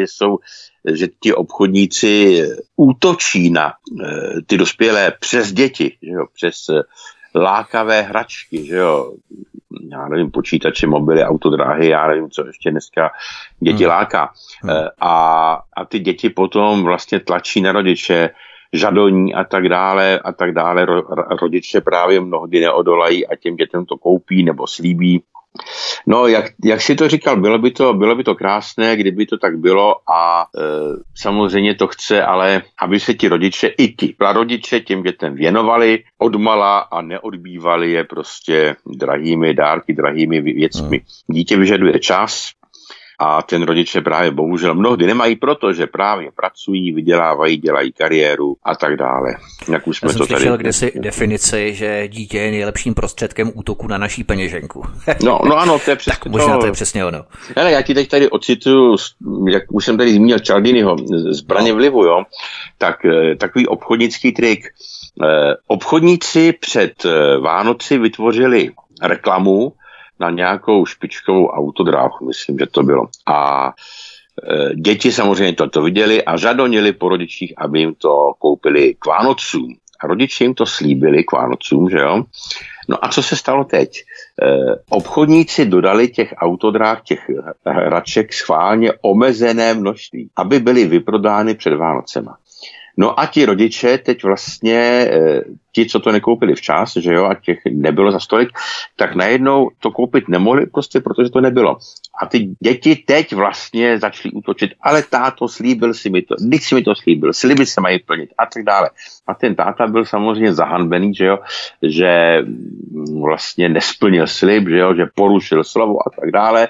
že ti obchodníci útočí na ty dospělé přes děti, že jo, přes lákavé hračky, že jo, já nevím, počítače, mobily, autodráhy, já nevím, co ještě dneska děti láká. A ty děti potom vlastně tlačí na rodiče, žadoní a tak dále. Rodiče právě mnohdy neodolají a těm dětem to koupí nebo slíbí. No, jak si to říkal, bylo by to krásné, kdyby to tak bylo a samozřejmě to chce, ale aby se ti rodiče, i ti prarodiče těm dětem věnovali odmala a neodbývali je prostě drahými dárky, drahými věcmi. Dítě vyžaduje čas a ten rodiče právě bohužel mnohdy nemají, protože právě pracují, vydělávají, dělají kariéru a tak dále. Jak už jsme to tady
slyšel kdysi definici, že dítě je nejlepším prostředkem útoku na naší peněženku.
No ano, to je přesně
tak možná to je přesně ono.
Hele, já ti teď tady ocituju, jak už jsem tady zmínil Cialdiniho, Zbraně vlivu, jo, tak takový obchodnický trik. Obchodníci před Vánoci vytvořili reklamu na nějakou špičkovou autodráhu, myslím, že to bylo. A děti samozřejmě to viděli a žadonili po rodičích, aby jim to koupili k Vánocům. A rodiče jim to slíbili k Vánocům, že jo? No a co se stalo teď? Obchodníci dodali těch autodráh, těch hraček schválně omezené množství, aby byly vyprodány před Vánocema. No a ti rodiče teď vlastně, ti, co to nekoupili včas, že jo, a těch nebylo za stolik, tak najednou to koupit nemohli prostě, protože to nebylo. A ty děti teď vlastně začaly útočit, ale táto, slíbil si mi to, když si mi to slíbil, sliby se mají plnit a tak dále. A ten táta byl samozřejmě zahanbený, že jo, že vlastně nesplnil slib, že jo, že porušil slovo a tak dále.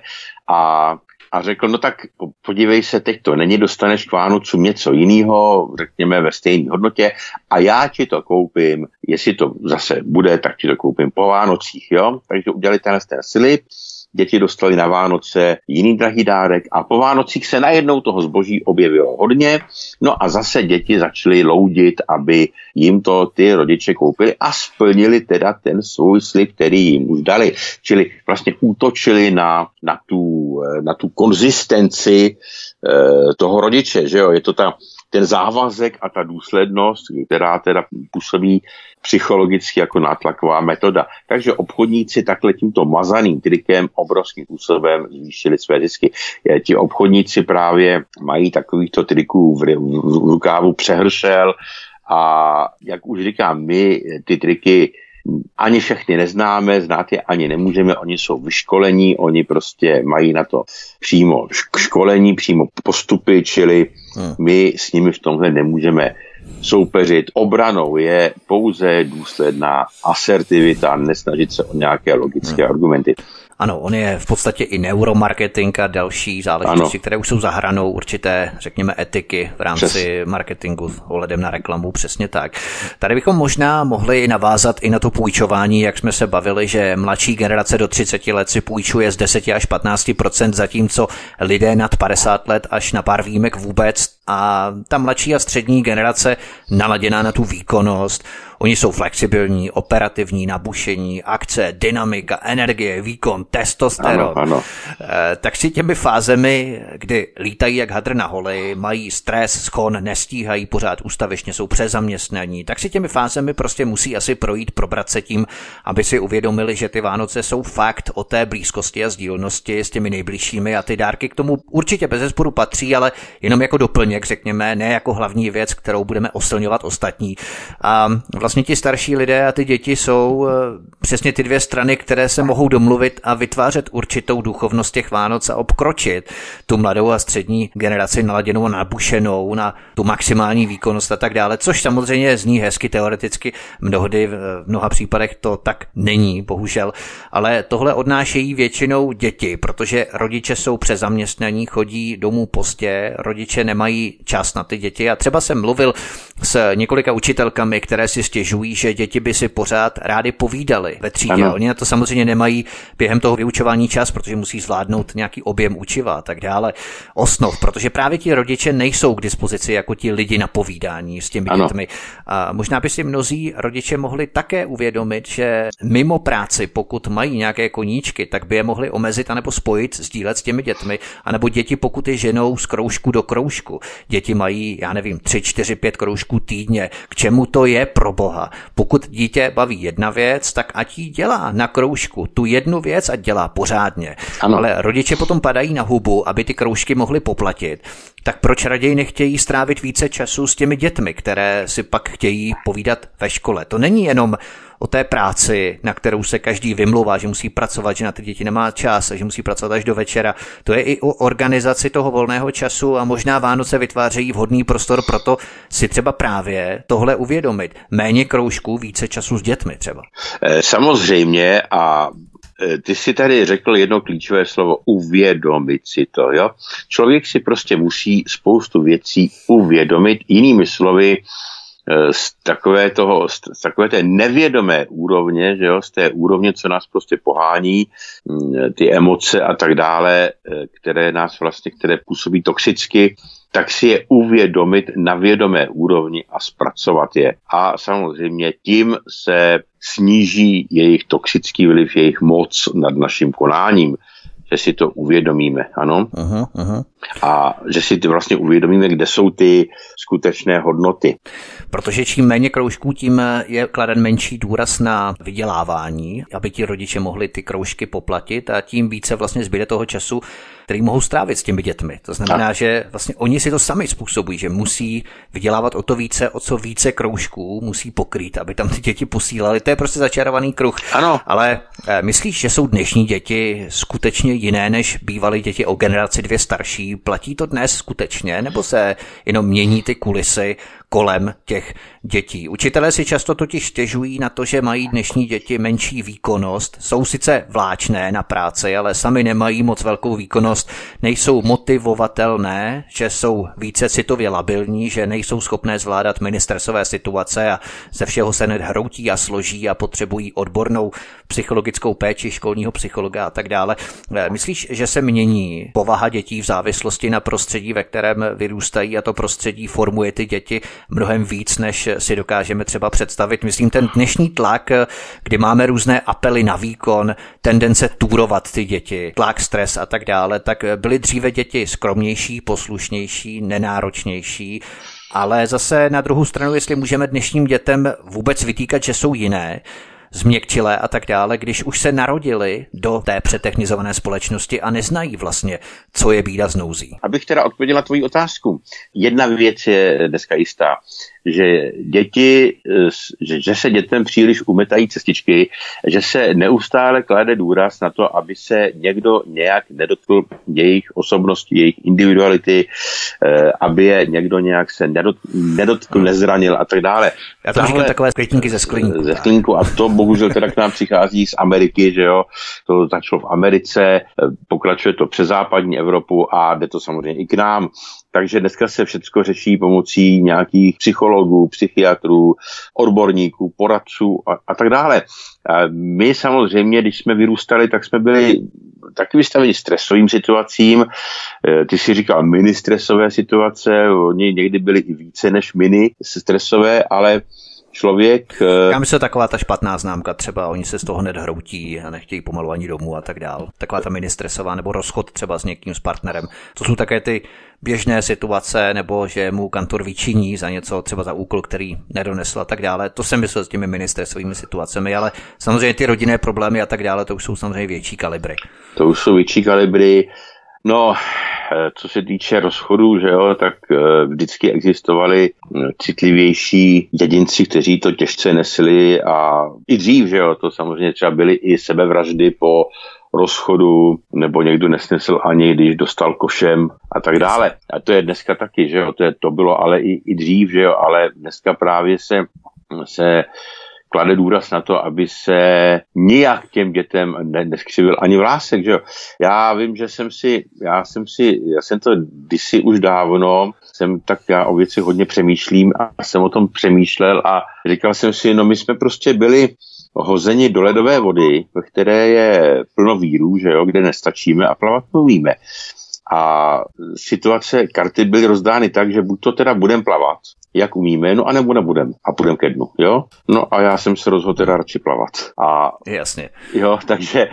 A řekl, no tak podívej se, teď to není, dostaneš k Vánocům něco jiného, řekněme ve stejné hodnotě a já ti to koupím, jestli to zase bude, tak ti to koupím po Vánocích, jo. Takže udělali ten slib, děti dostaly na Vánoce jiný drahý dárek a po Vánocích se najednou toho zboží objevilo hodně, no a zase děti začaly loudit, aby jim to ty rodiče koupili a splnili teda ten svůj slib, který jim už dali. Čili vlastně útočili na tu konzistenci toho rodiče, že jo, je to ten závazek a ta důslednost, která teda působí psychologicky jako nátlaková metoda. Takže obchodníci takhle tímto mazaným trikem obrovským způsobem zvýšili své zisky. Ti obchodníci právě mají takovýchto triků v rukávu přehršel a jak už říkám, my ty triky ani všechny neznáme, znát je ani nemůžeme, oni jsou vyškolení, oni prostě mají na to přímo školení, přímo postupy, čili my s nimi v tomhle nemůžeme soupeřit. Obranou je pouze důsledná asertivita, nesnažit se o nějaké logické argumenty.
Ano, on je v podstatě i neuromarketing a další záležitosti, které už jsou za hranou určité, řekněme, etiky v rámci marketingu ohledem na reklamu, přesně tak. Tady bychom možná mohli navázat i na to půjčování, jak jsme se bavili, že mladší generace do 30 let si půjčuje z 10 až 15%, zatímco lidé nad 50 let až na pár výjimek vůbec a ta mladší a střední generace naladěná na tu výkonnost. Oni jsou flexibilní, operativní, nabušení, akce, dynamika, energie, výkon, testosteron.
Ano.
Tak si těmi fázemi, kdy lítají jak hadr na holi, mají stres, schon, nestíhají, pořád ústavečně jsou přezaměstnaní, tak si těmi fázemi prostě musí asi projít, probrat se tím, aby si uvědomili, že ty Vánoce jsou fakt o té blízkosti a sdílnosti s těmi nejbližšími a ty dárky k tomu určitě bezesporu patří, ale jenom jako doplněk, řekněme, ne jako hlavní věc, kterou budeme oslňovat ostatní. A vlastně ti starší lidé a ty děti jsou přesně ty dvě strany, které se mohou domluvit a vytvářet určitou duchovnost těch Vánoc a obkročit tu mladou a střední generaci naladěnou a nabušenou na tu maximální výkonnost a tak dále, což samozřejmě zní hezky teoreticky, mnohdy v mnoha případech to tak není, bohužel, ale tohle odnášejí většinou děti, protože rodiče jsou přezaměstnaní, chodí domů pozdě, rodiče nemají čas na ty děti a třeba jsem mluvil s několika učitelkami, které si stěžují, že děti by si pořád rády povídali ve třídě. Ano. Oni na to samozřejmě nemají během toho vyučování čas, protože musí zvládnout nějaký objem učiva a tak dále, osnov, protože právě ti rodiče nejsou k dispozici jako ti lidi na povídání s těmi dětmi. A možná by si mnozí rodiče mohli také uvědomit, že mimo práci, pokud mají nějaké koníčky, tak by je mohli omezit anebo spojit, sdílet s těmi dětmi, anebo děti, pokud je ženou z kroužku do kroužku. Děti mají, 3, 4, 5 kroužků týdně. K čemu to je, pro boha? Pokud dítě baví jedna věc, tak ať jí dělá na kroužku tu jednu věc a dělá pořádně. Ano. Ale rodiče potom padají na hubu, aby ty kroužky mohli poplatit. Tak proč raději nechtějí strávit více času s těmi dětmi, které si pak chtějí povídat ve škole? To není jenom o té práci, na kterou se každý vymlouvá, že musí pracovat, že na ty děti nemá čas, že musí pracovat až do večera. To je i o organizaci toho volného času a možná Vánoce vytvářejí vhodný prostor pro to si třeba právě tohle uvědomit. Méně kroužků, více času s dětmi třeba.
Samozřejmě a ty si tady řekl jedno klíčové slovo, uvědomit si to, jo. Člověk si prostě musí spoustu věcí uvědomit, jinými slovy, z takové té nevědomé úrovně, že jo, z té úrovně, co nás prostě pohání, ty emoce a tak dále, které působí toxicky, tak si je uvědomit na vědomé úrovni a zpracovat je. A samozřejmě tím se sníží jejich toxický vliv, jejich moc nad naším konáním, že si to uvědomíme, ano. Aha. A že si vlastně uvědomíme, kde jsou ty skutečné hodnoty.
Protože čím méně kroužků, tím je kladen menší důraz na vydělávání, aby ti rodiče mohli ty kroužky poplatit a tím více vlastně zbyde toho času, který mohou strávit s těmi dětmi. To znamená, že vlastně oni si to sami způsobují, že musí vydělávat o to více, o co více kroužků musí pokrýt, aby tam ty děti posílali. To je prostě začarovaný kruh.
Ano.
Ale myslíš, že jsou dnešní děti skutečně jiné, než bývaly děti o generaci 2 starší? Platí to dnes skutečně, nebo se jenom mění ty kulisy kolem těch dětí. Učitelé si často totiž stěžují na to, že mají dnešní děti menší výkonnost, jsou sice vláčné na práci, ale sami nemají moc velkou výkonnost, nejsou motivovatelné, že jsou více citově labilní, že nejsou schopné zvládat mini stresové situace a ze všeho se hned hroutí a složí a potřebují odbornou psychologickou péči školního psychologa a tak dále. Myslíš, že se mění povaha dětí v závislosti na prostředí, ve kterém vyrůstají, a to prostředí formuje ty děti mnohem víc, než si dokážeme třeba představit? Myslím, ten dnešní tlak, kdy máme různé apely na výkon, tendence túrovat ty děti, tlak, stres a tak dále, tak byly dříve děti skromnější, poslušnější, nenáročnější, ale zase na druhou stranu, jestli můžeme dnešním dětem vůbec vytýkat, že jsou jiné, změkčilé a tak dále, když už se narodili do té přetechnizované společnosti a neznají vlastně, co je bída s nouzí.
Abych teda odpověděl na tvoji otázku. Jedna věc je dneska jistá, že že se dětem příliš umetají cestičky, že se neustále klade důraz na to, aby se někdo nějak nedotkl jejich osobnosti, jejich individuality, aby je někdo nějak se nedotkl, nezranil a tak dále.
Já to říkám takové květinky ze sklínku.
Ze sklínku, a to bohužel teda k nám přichází z Ameriky, že jo, to začalo v Americe, pokračuje to přes západní Evropu a jde to samozřejmě i k nám. Takže dneska se všechno řeší pomocí nějakých psychologů, psychiatrů, odborníků, poradců a tak dále. A my samozřejmě, když jsme vyrůstali, tak jsme byli taky vystaveni stresovým situacím. Ty si říkal mini stresové situace, oni někdy byly i více než mini stresové, ale člověk...
Já myslím, taková ta špatná známka, třeba oni se z toho hned hroutí a nechtějí pomalu ani domů a tak dál. Taková ta mini stresová, nebo rozchod třeba s někým, s partnerem. To jsou také ty běžné situace, nebo že mu kantor vyčiní za něco, třeba za úkol, který nedonesl a tak dále. To jsem myslel s těmi mini stresovými situacemi, ale samozřejmě ty rodinné problémy a tak dále, to už jsou samozřejmě větší kalibry.
To už jsou větší kalibry. No, co se týče rozchodu, že jo, tak vždycky existovali citlivější jedinci, kteří to těžce nesli, a i dřív, že jo, to samozřejmě třeba byly i sebevraždy po rozchodu, nebo někdo nesnesl ani, když dostal košem a tak dále. A to je dneska taky, že jo, to bylo ale i dřív, že jo, ale dneska právě se klade důraz na to, aby se nijak těm dětem neskřivil ani vlásek, že jo. Já vím, že já jsem to kdysi už dávno, já o věci hodně přemýšlím a jsem o tom přemýšlel a říkal jsem si, no my jsme prostě byli hozeni do ledové vody, ve které je plno vírů, že jo, kde nestačíme a plavat mluvíme. A karty byly rozdány tak, že buď to teda budeme plavat, jak umíme, no a nebo nebudem. A půjdeme ke dnu, jo? No a já jsem se rozhodl teda radši plavat. A
jasně. Jo,
takže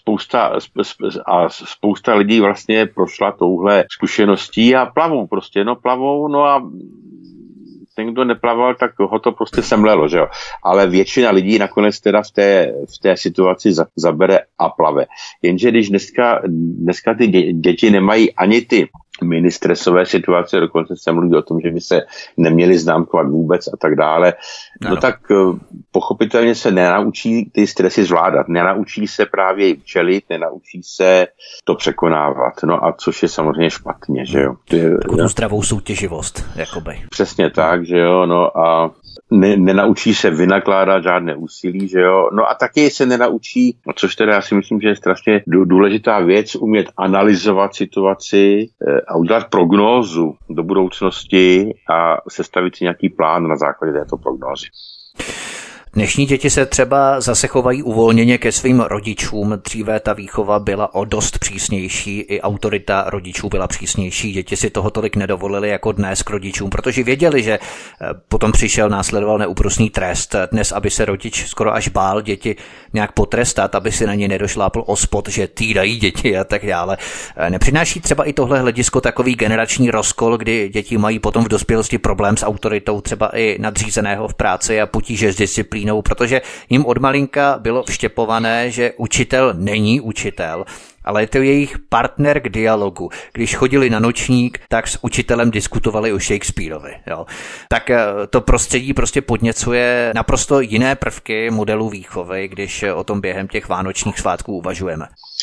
spousta lidí vlastně prošla touhle zkušeností a plavou, no a ten, kdo neplaval, tak ho to prostě semlelo, že jo. Ale většina lidí nakonec teda v té situaci zabere a plave. Jenže když dneska ty děti nemají ani ty mini stresové situace, dokonce se mluví o tom, že by se neměli známkovat vůbec a tak dále, no tak pochopitelně se nenaučí ty stresy zvládat, nenaučí se právě čelit, nenaučí se to překonávat, no a což je samozřejmě špatně, že jo.
Takovou zdravou soutěživost, jakoby.
Přesně tak, že jo, no a nenaučí se vynakládat žádné úsilí, že jo, no a taky se nenaučí, což teda já si myslím, že je strašně důležitá věc, umět analyzovat situaci a udělat prognózu do budoucnosti a sestavit si nějaký plán na základě této prognózy.
Dnešní děti se třeba zase chovají uvolněně ke svým rodičům. Dříve ta výchova byla o dost přísnější, i autorita rodičů byla přísnější. Děti si toho tolik nedovolili jako dnes k rodičům, protože věděli, že potom následoval neúprosný trest. Dnes, aby se rodič skoro až bál děti nějak potrestat, aby si na ně nedošlápl ospod, že týrají děti a tak dále. Nepřináší třeba i tohle hledisko takový generační rozkol, kdy děti mají potom v dospělosti problém s autoritou třeba i nadřízeného v práci a potíže s disciplínou, protože jim od malinka bylo vštěpované, že učitel není učitel, ale je to jejich partner k dialogu. Když chodili na nočník, tak s učitelem diskutovali o Shakespeareovi. Jo. Tak to prostředí prostě podněcuje naprosto jiné prvky modelu výchovy, když o tom během těch vánočních svátků uvažujeme.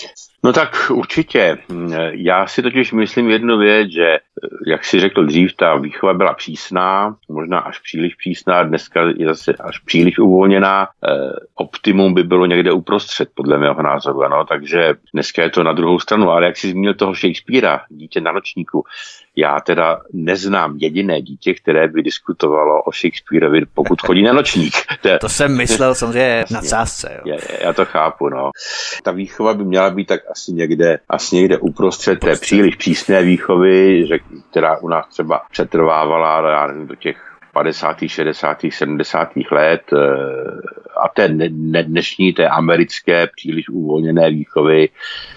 No tak určitě. Já si totiž myslím jednu věc, že, jak si řekl dřív, ta výchova byla přísná, možná až příliš přísná, dneska je zase až příliš uvolněná. Optimum by bylo někde uprostřed, podle mého názoru, ano, takže dneska je to na druhou stranu, ale jak jsi zmínil toho Shakespearea, Dítě na nočníku, já teda neznám jediné dítě, které by diskutovalo o Shakespeareovi, pokud chodí na nočník.
To jsem myslel samozřejmě na sázce. Jo.
Já to chápu, no. Ta výchova by měla být tak asi někde uprostřed té příliš přísné výchovy, která u nás třeba přetrvávala, já nevím, do těch 50., 60., 70. let a té dnešní, té americké příliš uvolněné výchovy.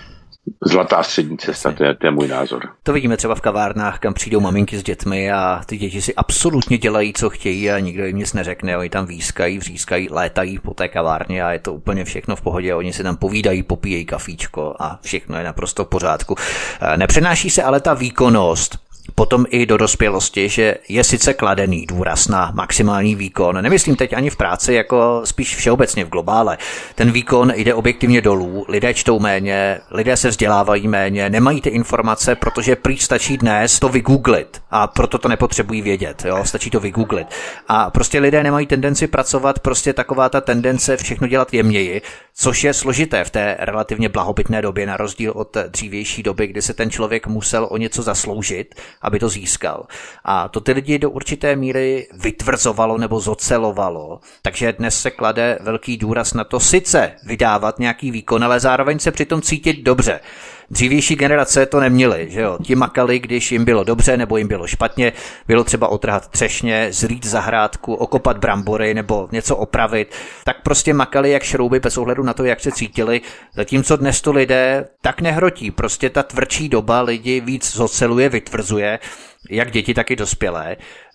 Zlatá střední cesta, to je můj názor.
To vidíme třeba v kavárnách, kam přijdou maminky s dětmi a ty děti si absolutně dělají, co chtějí a nikdo jim nic neřekne. Oni tam výskají, vřískají, létají po té kavárně a je to úplně všechno v pohodě. Oni si tam povídají, popíjejí kafíčko a všechno je naprosto v pořádku. Nepřenáší se ale ta výkonnost potom i do dospělosti, že je sice kladený důraz na maximální výkon. Nemyslím teď ani v práci, jako spíš všeobecně v globále. Ten výkon jde objektivně dolů, lidé čtou méně, lidé se vzdělávají méně, nemají ty informace, protože prý stačí dnes to vygooglit a proto to nepotřebují vědět, jo? Stačí to vygooglit. A prostě lidé nemají tendenci pracovat, prostě taková ta tendence všechno dělat jemněji, což je složité v té relativně blahobytné době, na rozdíl od dřívější doby, kdy se ten člověk musel o něco zasloužit, aby to získal. A to ty lidi do určité míry vytvrzovalo nebo zocelovalo. Takže dnes se klade velký důraz na to sice vydávat nějaký výkon, ale zároveň se přitom cítit dobře. Dřívější generace to neměly, že jo. Ti makali, když jim bylo dobře nebo jim bylo špatně, bylo třeba otrhat třešně, zrýt zahrádku, okopat brambory nebo něco opravit, tak prostě makali jak šrouby bez ohledu na to, jak se cítili. Zatímco dnes to lidé tak nehrotí. Prostě ta tvrdší doba lidi víc zoceluje, vytvrzuje, jak děti, tak i dospělé.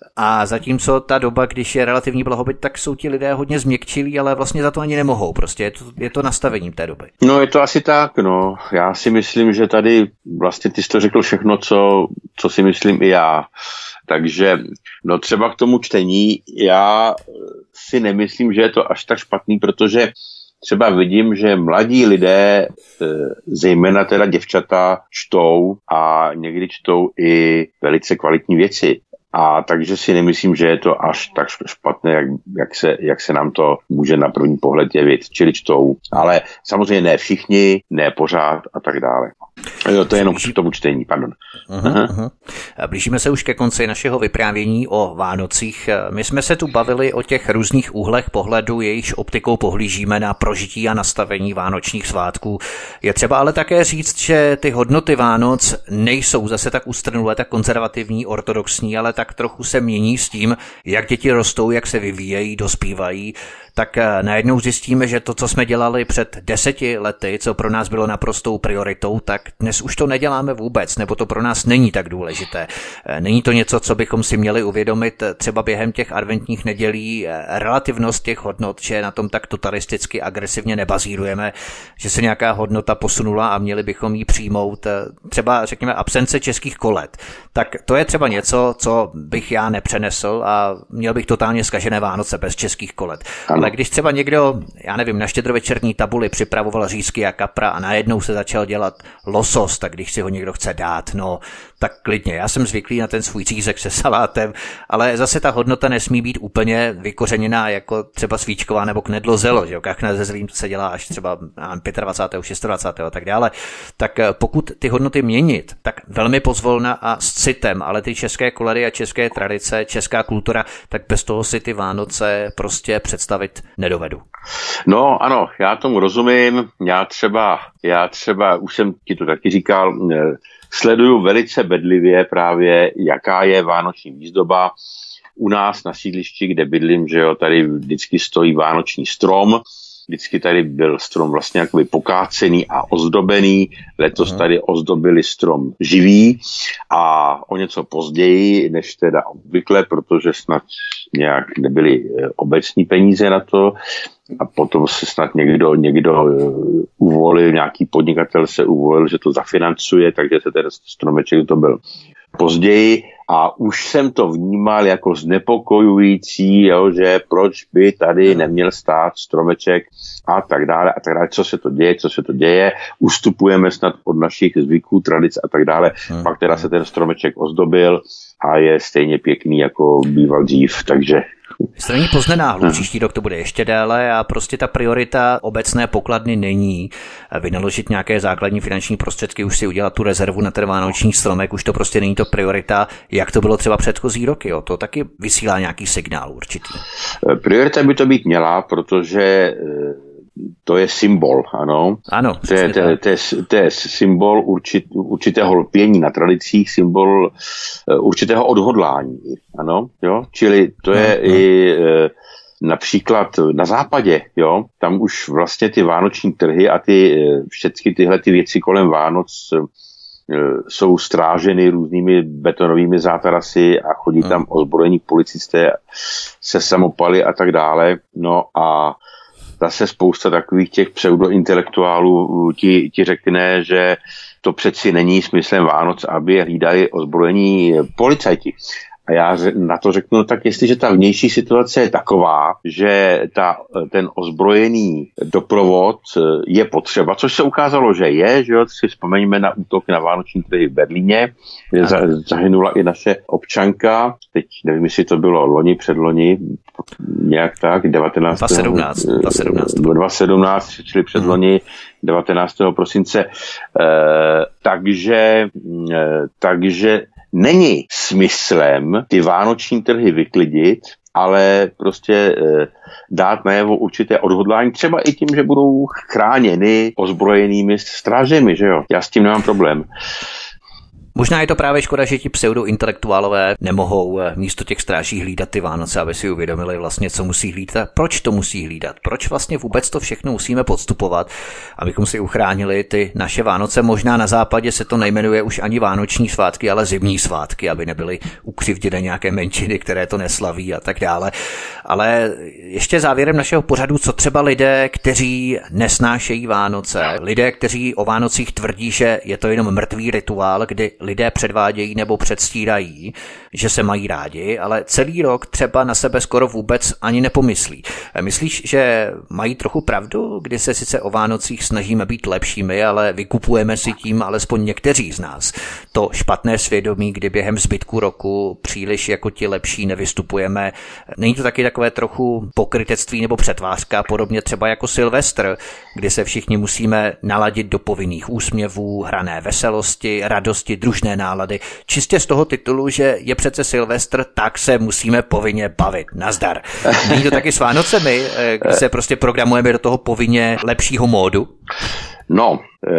A zatímco ta doba, když je relativní blahobyt, tak jsou ti lidé hodně změkčilí, ale vlastně za to ani nemohou. Prostě je to nastavením té doby.
No je to asi tak, no. Já si myslím, že tady vlastně ty jsi to řekl všechno, co si myslím i já. Takže no třeba k tomu čtení, já si nemyslím, že je to až tak špatný, protože třeba vidím, že mladí lidé, zejména teda děvčata, čtou a někdy čtou i velice kvalitní věci. A takže si nemyslím, že je to až tak špatné, jak se nám to může na první pohled jevit, čili čtou. Ale samozřejmě ne všichni, ne pořád a tak dále. To je jenom k tomu čtení, pardon.
Blížíme se už ke konci našeho vyprávění o Vánocích. My jsme se tu bavili o těch různých úhlech pohledu, jejichž optikou pohlížíme na prožití a nastavení vánočních svátků. Je třeba ale také říct, že ty hodnoty Vánoc nejsou zase tak ústrnulé, tak konzervativní, ortodoxní, ale tak trochu se mění s tím, jak děti rostou, jak se vyvíjejí, dospívají. Tak najednou zjistíme, že to, co jsme dělali před 10 lety, co pro nás bylo naprostou prioritou, tak dnes už to neděláme vůbec, nebo to pro nás není tak důležité. Není to něco, co bychom si měli uvědomit třeba během těch adventních nedělí, relativnost těch hodnot, že na tom tak totalisticky agresivně nebazírujeme, že se nějaká hodnota posunula a měli bychom ji přijmout. Třeba řekněme absence českých kolet. Tak to je třeba něco, co bych já nepřenesl a měl bych totálně zkažené Vánoce bez českých kolet. Ale když třeba někdo, já nevím, na štědrovečerní tabuli připravoval řízky a kapra a najednou se začal dělat losos, tak když si ho někdo chce dát, no, tak klidně. Já jsem zvyklý na ten svůj řízek se salátem, ale zase ta hodnota nesmí být úplně vykořeněná jako třeba svíčková nebo knedlo zelo, že jo, kachna ze zlým se dělá až třeba 25., 26. a tak dále. Tak pokud ty hodnoty měnit, tak velmi pozvolna a s citem, ale ty české kolery a české tradice, česká kultura, tak bez toho si ty Vánoce prostě představit nedovedu.
No ano, já tomu rozumím, já třeba, už jsem ti to taky říkal, sleduju velice bedlivě právě, jaká je vánoční výzdoba. U nás na sídlišti, kde bydlím, že jo, tady vždycky stojí vánoční strom, vždycky tady byl strom vlastně jakoby pokácený a ozdobený, letos tady ozdobili strom živý a o něco později, než teda obvykle, protože snad nějak nebyly obecní peníze na to a potom se snad někdo uvolil, nějaký podnikatel se uvolil, že to zafinancuje, takže se ten stromeček to byl později a už jsem to vnímal jako znepokojující, jo, že proč by tady neměl stát stromeček a tak dále, co se to děje, ustupujeme snad od našich zvyků, tradic a tak dále, pak teda se ten stromeček ozdobil a je stejně pěkný, jako býval dřív, takže
to není poznenáhlu, příští rok to bude ještě déle a prostě ta priorita obecné pokladny není vynaložit nějaké základní finanční prostředky, už si udělat tu rezervu na ten vánoční stromek, už to prostě není to priorita, jak to bylo třeba předchozí roky, jo. To taky vysílá nějaký signál určitý. Priorita
by to být měla, protože to je symbol, ano.
Ano.
To je symbol určitého lpění na tradicích, symbol určitého odhodlání, ano, jo. Čili to je i například na západě, jo, tam už vlastně ty vánoční trhy a všechny tyhle ty věci kolem Vánoc jsou stráženy různými betonovými zátarasy a chodí tam ozbrojení policisté se samopaly a tak dále, no a zase spousta takových těch pseudointelektuálů ti řekne, že to přeci není smyslem Vánoc, aby je hlídali ozbrojení policajti. A já na to řeknu, tak jestliže ta vnější situace je taková, že ten ozbrojený doprovod je potřeba, což se ukázalo, že je, že jo, si vzpomeňme na útok na vánoční trhy v Berlíně, kde zahynula i naše občanka, teď nevím, jestli to bylo loni, předloni, nějak tak, 2017, čili předloni, 19. prosince, takže není smyslem ty vánoční trhy vyklidit, ale prostě dát najevo určité odhodlání, třeba i tím, že budou chráněny ozbrojenými strážemi, že jo? Já s tím nemám problém.
Možná je to právě škoda, že ti pseudointelektuálové nemohou místo těch stráží hlídat ty Vánoce, aby si uvědomili vlastně, co musí hlídat, proč to musí hlídat, proč vlastně vůbec to všechno musíme podstupovat, abychom si uchránili ty naše Vánoce. Možná na západě se to nejmenuje už ani vánoční svátky, ale zimní svátky, aby nebyly ukřivděny nějaké menšiny, které to neslaví a tak dále. Ale ještě závěrem našeho pořadu, co třeba lidé, kteří nesnášejí Vánoce, lidé, kteří o Vánocích tvrdí, že je to jenom mrtvý rituál, kdy lidé předvádějí nebo předstírají, že se mají rádi, ale celý rok třeba na sebe skoro vůbec ani nepomyslí. Myslíš, že mají trochu pravdu, kdy se sice o Vánocích snažíme být lepšími, ale vykupujeme si tím alespoň někteří z nás to špatné svědomí, kdy během zbytku roku příliš jako ti lepší nevystupujeme. Není to taky takové trochu pokrytectví nebo přetvářka, podobně třeba jako Silvestr, kdy se všichni musíme naladit do povinných úsměvů, hrané veselosti, radosti, družné nálady. Čistě z toho titulu, že je přece Silvestr, tak se musíme povinně bavit. Nazdar. Není to taky s Vánocemi, kdy se prostě programujeme do toho povinně lepšího módu?
No,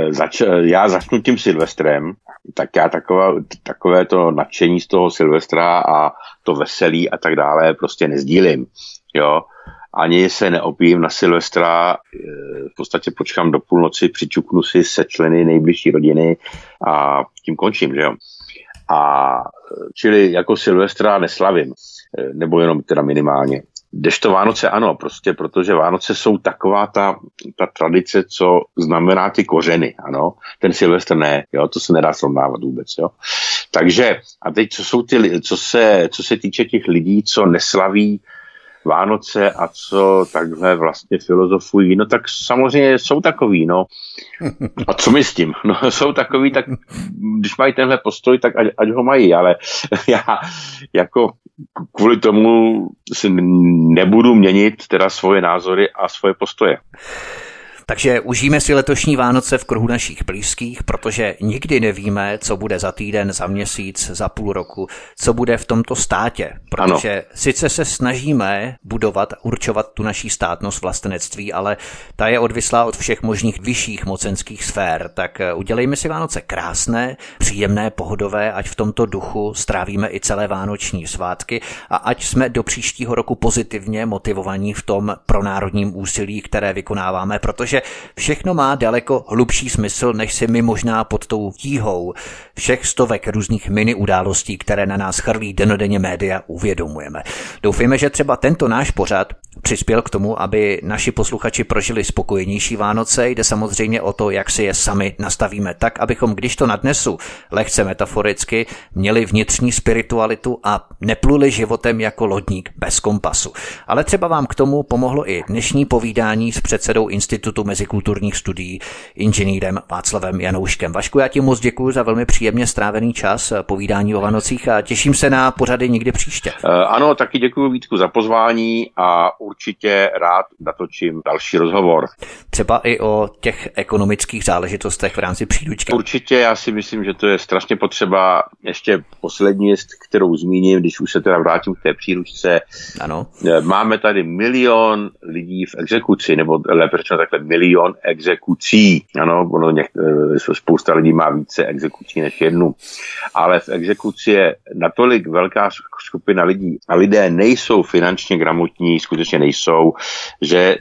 já začnu tím Silvestrem, tak já takové to nadšení z toho Silvestra a to veselí a tak dále prostě nezdílím, jo. Ani se neopijím na Silvestra, v podstatě počkám do půlnoci, přičuknu si se členy nejbližší rodiny a tím končím, že jo. A čili jako Silvestra neslavím, nebo jenom teda minimálně. Kdežto Vánoce ano, prostě protože Vánoce jsou taková ta tradice, co znamená ty kořeny, ano. Ten Silvestr ne, jo, to se nedá srovnávat vůbec, jo. Takže a teď co se týče těch lidí, co neslaví Vánoce a co takhle vlastně filozofují, no tak samozřejmě jsou takový, no. A co my s tím? No jsou takový, tak když mají tenhle postoj, tak ať ho mají, ale já jako kvůli tomu si nebudu měnit teda svoje názory a svoje postoje.
Takže užijeme si letošní Vánoce v kruhu našich blízkých, protože nikdy nevíme, co bude za týden, za měsíc, za půl roku, co bude v tomto státě. Protože ano. Sice se snažíme budovat, určovat tu naší státnost, vlastenectví, ale ta je odvislá od všech možných vyšších mocenských sfér. Tak udělejme si Vánoce krásné, příjemné, pohodové, ať v tomto duchu strávíme i celé vánoční svátky a ať jsme do příštího roku pozitivně motivovaní v tom pronárodním úsilí, které vykonáváme, protože všechno má daleko hlubší smysl, než si my možná pod tou tíhou všech stovek různých mini událostí, které na nás chrlí dennodenně média, uvědomujeme. Doufejme, že třeba tento náš pořad přispěl k tomu, aby naši posluchači prožili spokojenější Vánoce. Jde samozřejmě o to, jak si je sami nastavíme tak, abychom, když to nadnesu lehce metaforicky, měli vnitřní spiritualitu a nepluli životem jako lodník bez kompasu. Ale třeba vám k tomu pomohlo i dnešní povídání s předsedou Institutu mezikulturních studií, inženýrem Václavem Janouškem. Vašku, já ti moc děkuji za velmi příjemně strávený čas povídání o Vánocích a těším se na pořady někdy příště.
Ano, taky děkuji Vítku za pozvání a určitě rád natočím další rozhovor.
Třeba i o těch ekonomických záležitostech v rámci příručky.
Určitě, já si myslím, že to je strašně potřeba. Ještě poslední věc, kterou zmíním, když už se teda vrátím k té příručce.
Ano.
Máme tady 1 milion lidí v exekuci, nebo lépe řečeno takhle 1 milion exekucí. Ano, spousta lidí má více exekucí než jednu. Ale v exekuci je natolik velká skupina lidí a lidé nejsou finančně gramotní, skutečně nejsou, že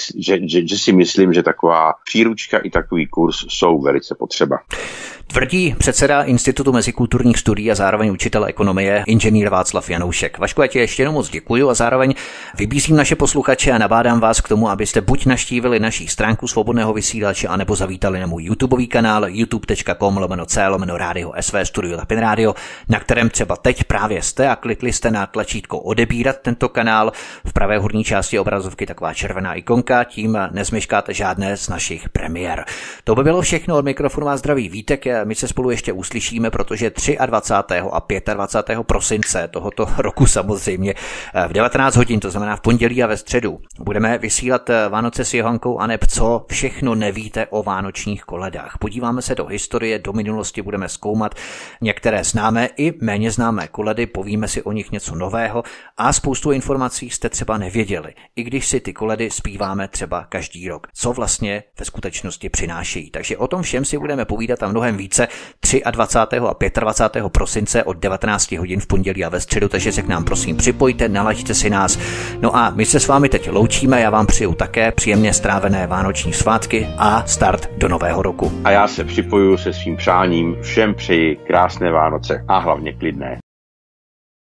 si myslím, že taková příručka i takový kurz jsou velice potřeba.
Tvrdí předseda Institutu mezikulturních studií a zároveň učitel ekonomie inženýr Václav Janoušek. Vašku, já ti ještě jednou moc děkuju a zároveň vybízím naše posluchače a nabádám vás k tomu, abyste buď navštívili naší stránku Svobodného vysílače, anebo zavítali na můj YouTubeový kanál youtube.com/radio SV Studio Tapin Radio, na kterém třeba teď právě jste a klikli jste na tlačítko odebírat tento kanál. V pravé horní části obrazovky taková červená ikonka, tím nezmeškáte žádné z našich premiér. To by bylo všechno, od mikrofonu vás zdraví Vítek. My se spolu ještě uslyšíme, protože 23. a 25. prosince tohoto roku samozřejmě v 19 hodin, to znamená v pondělí a ve středu, budeme vysílat Vánoce s Johankou aneb co všechno nevíte o vánočních koledách. Podíváme se do historie, do minulosti, budeme zkoumat některé známé i méně známé koledy, povíme si o nich něco nového a spoustu informací jste třeba nevěděli, i když si ty koledy zpíváme třeba každý rok. Co vlastně ve skutečnosti přinášejí. Takže o tom všem si budeme povídat a mnohem více 23. a 25. prosince od 19 hodin v pondělí a ve středu, takže se k nám prosím připojte, nalaďte si nás. No a my se s vámi teď loučíme, já vám přeju také příjemně strávené vánoční svátky a start do nového roku.
A já se připojuju se svým přáním, všem přeji krásné Vánoce a hlavně klidné.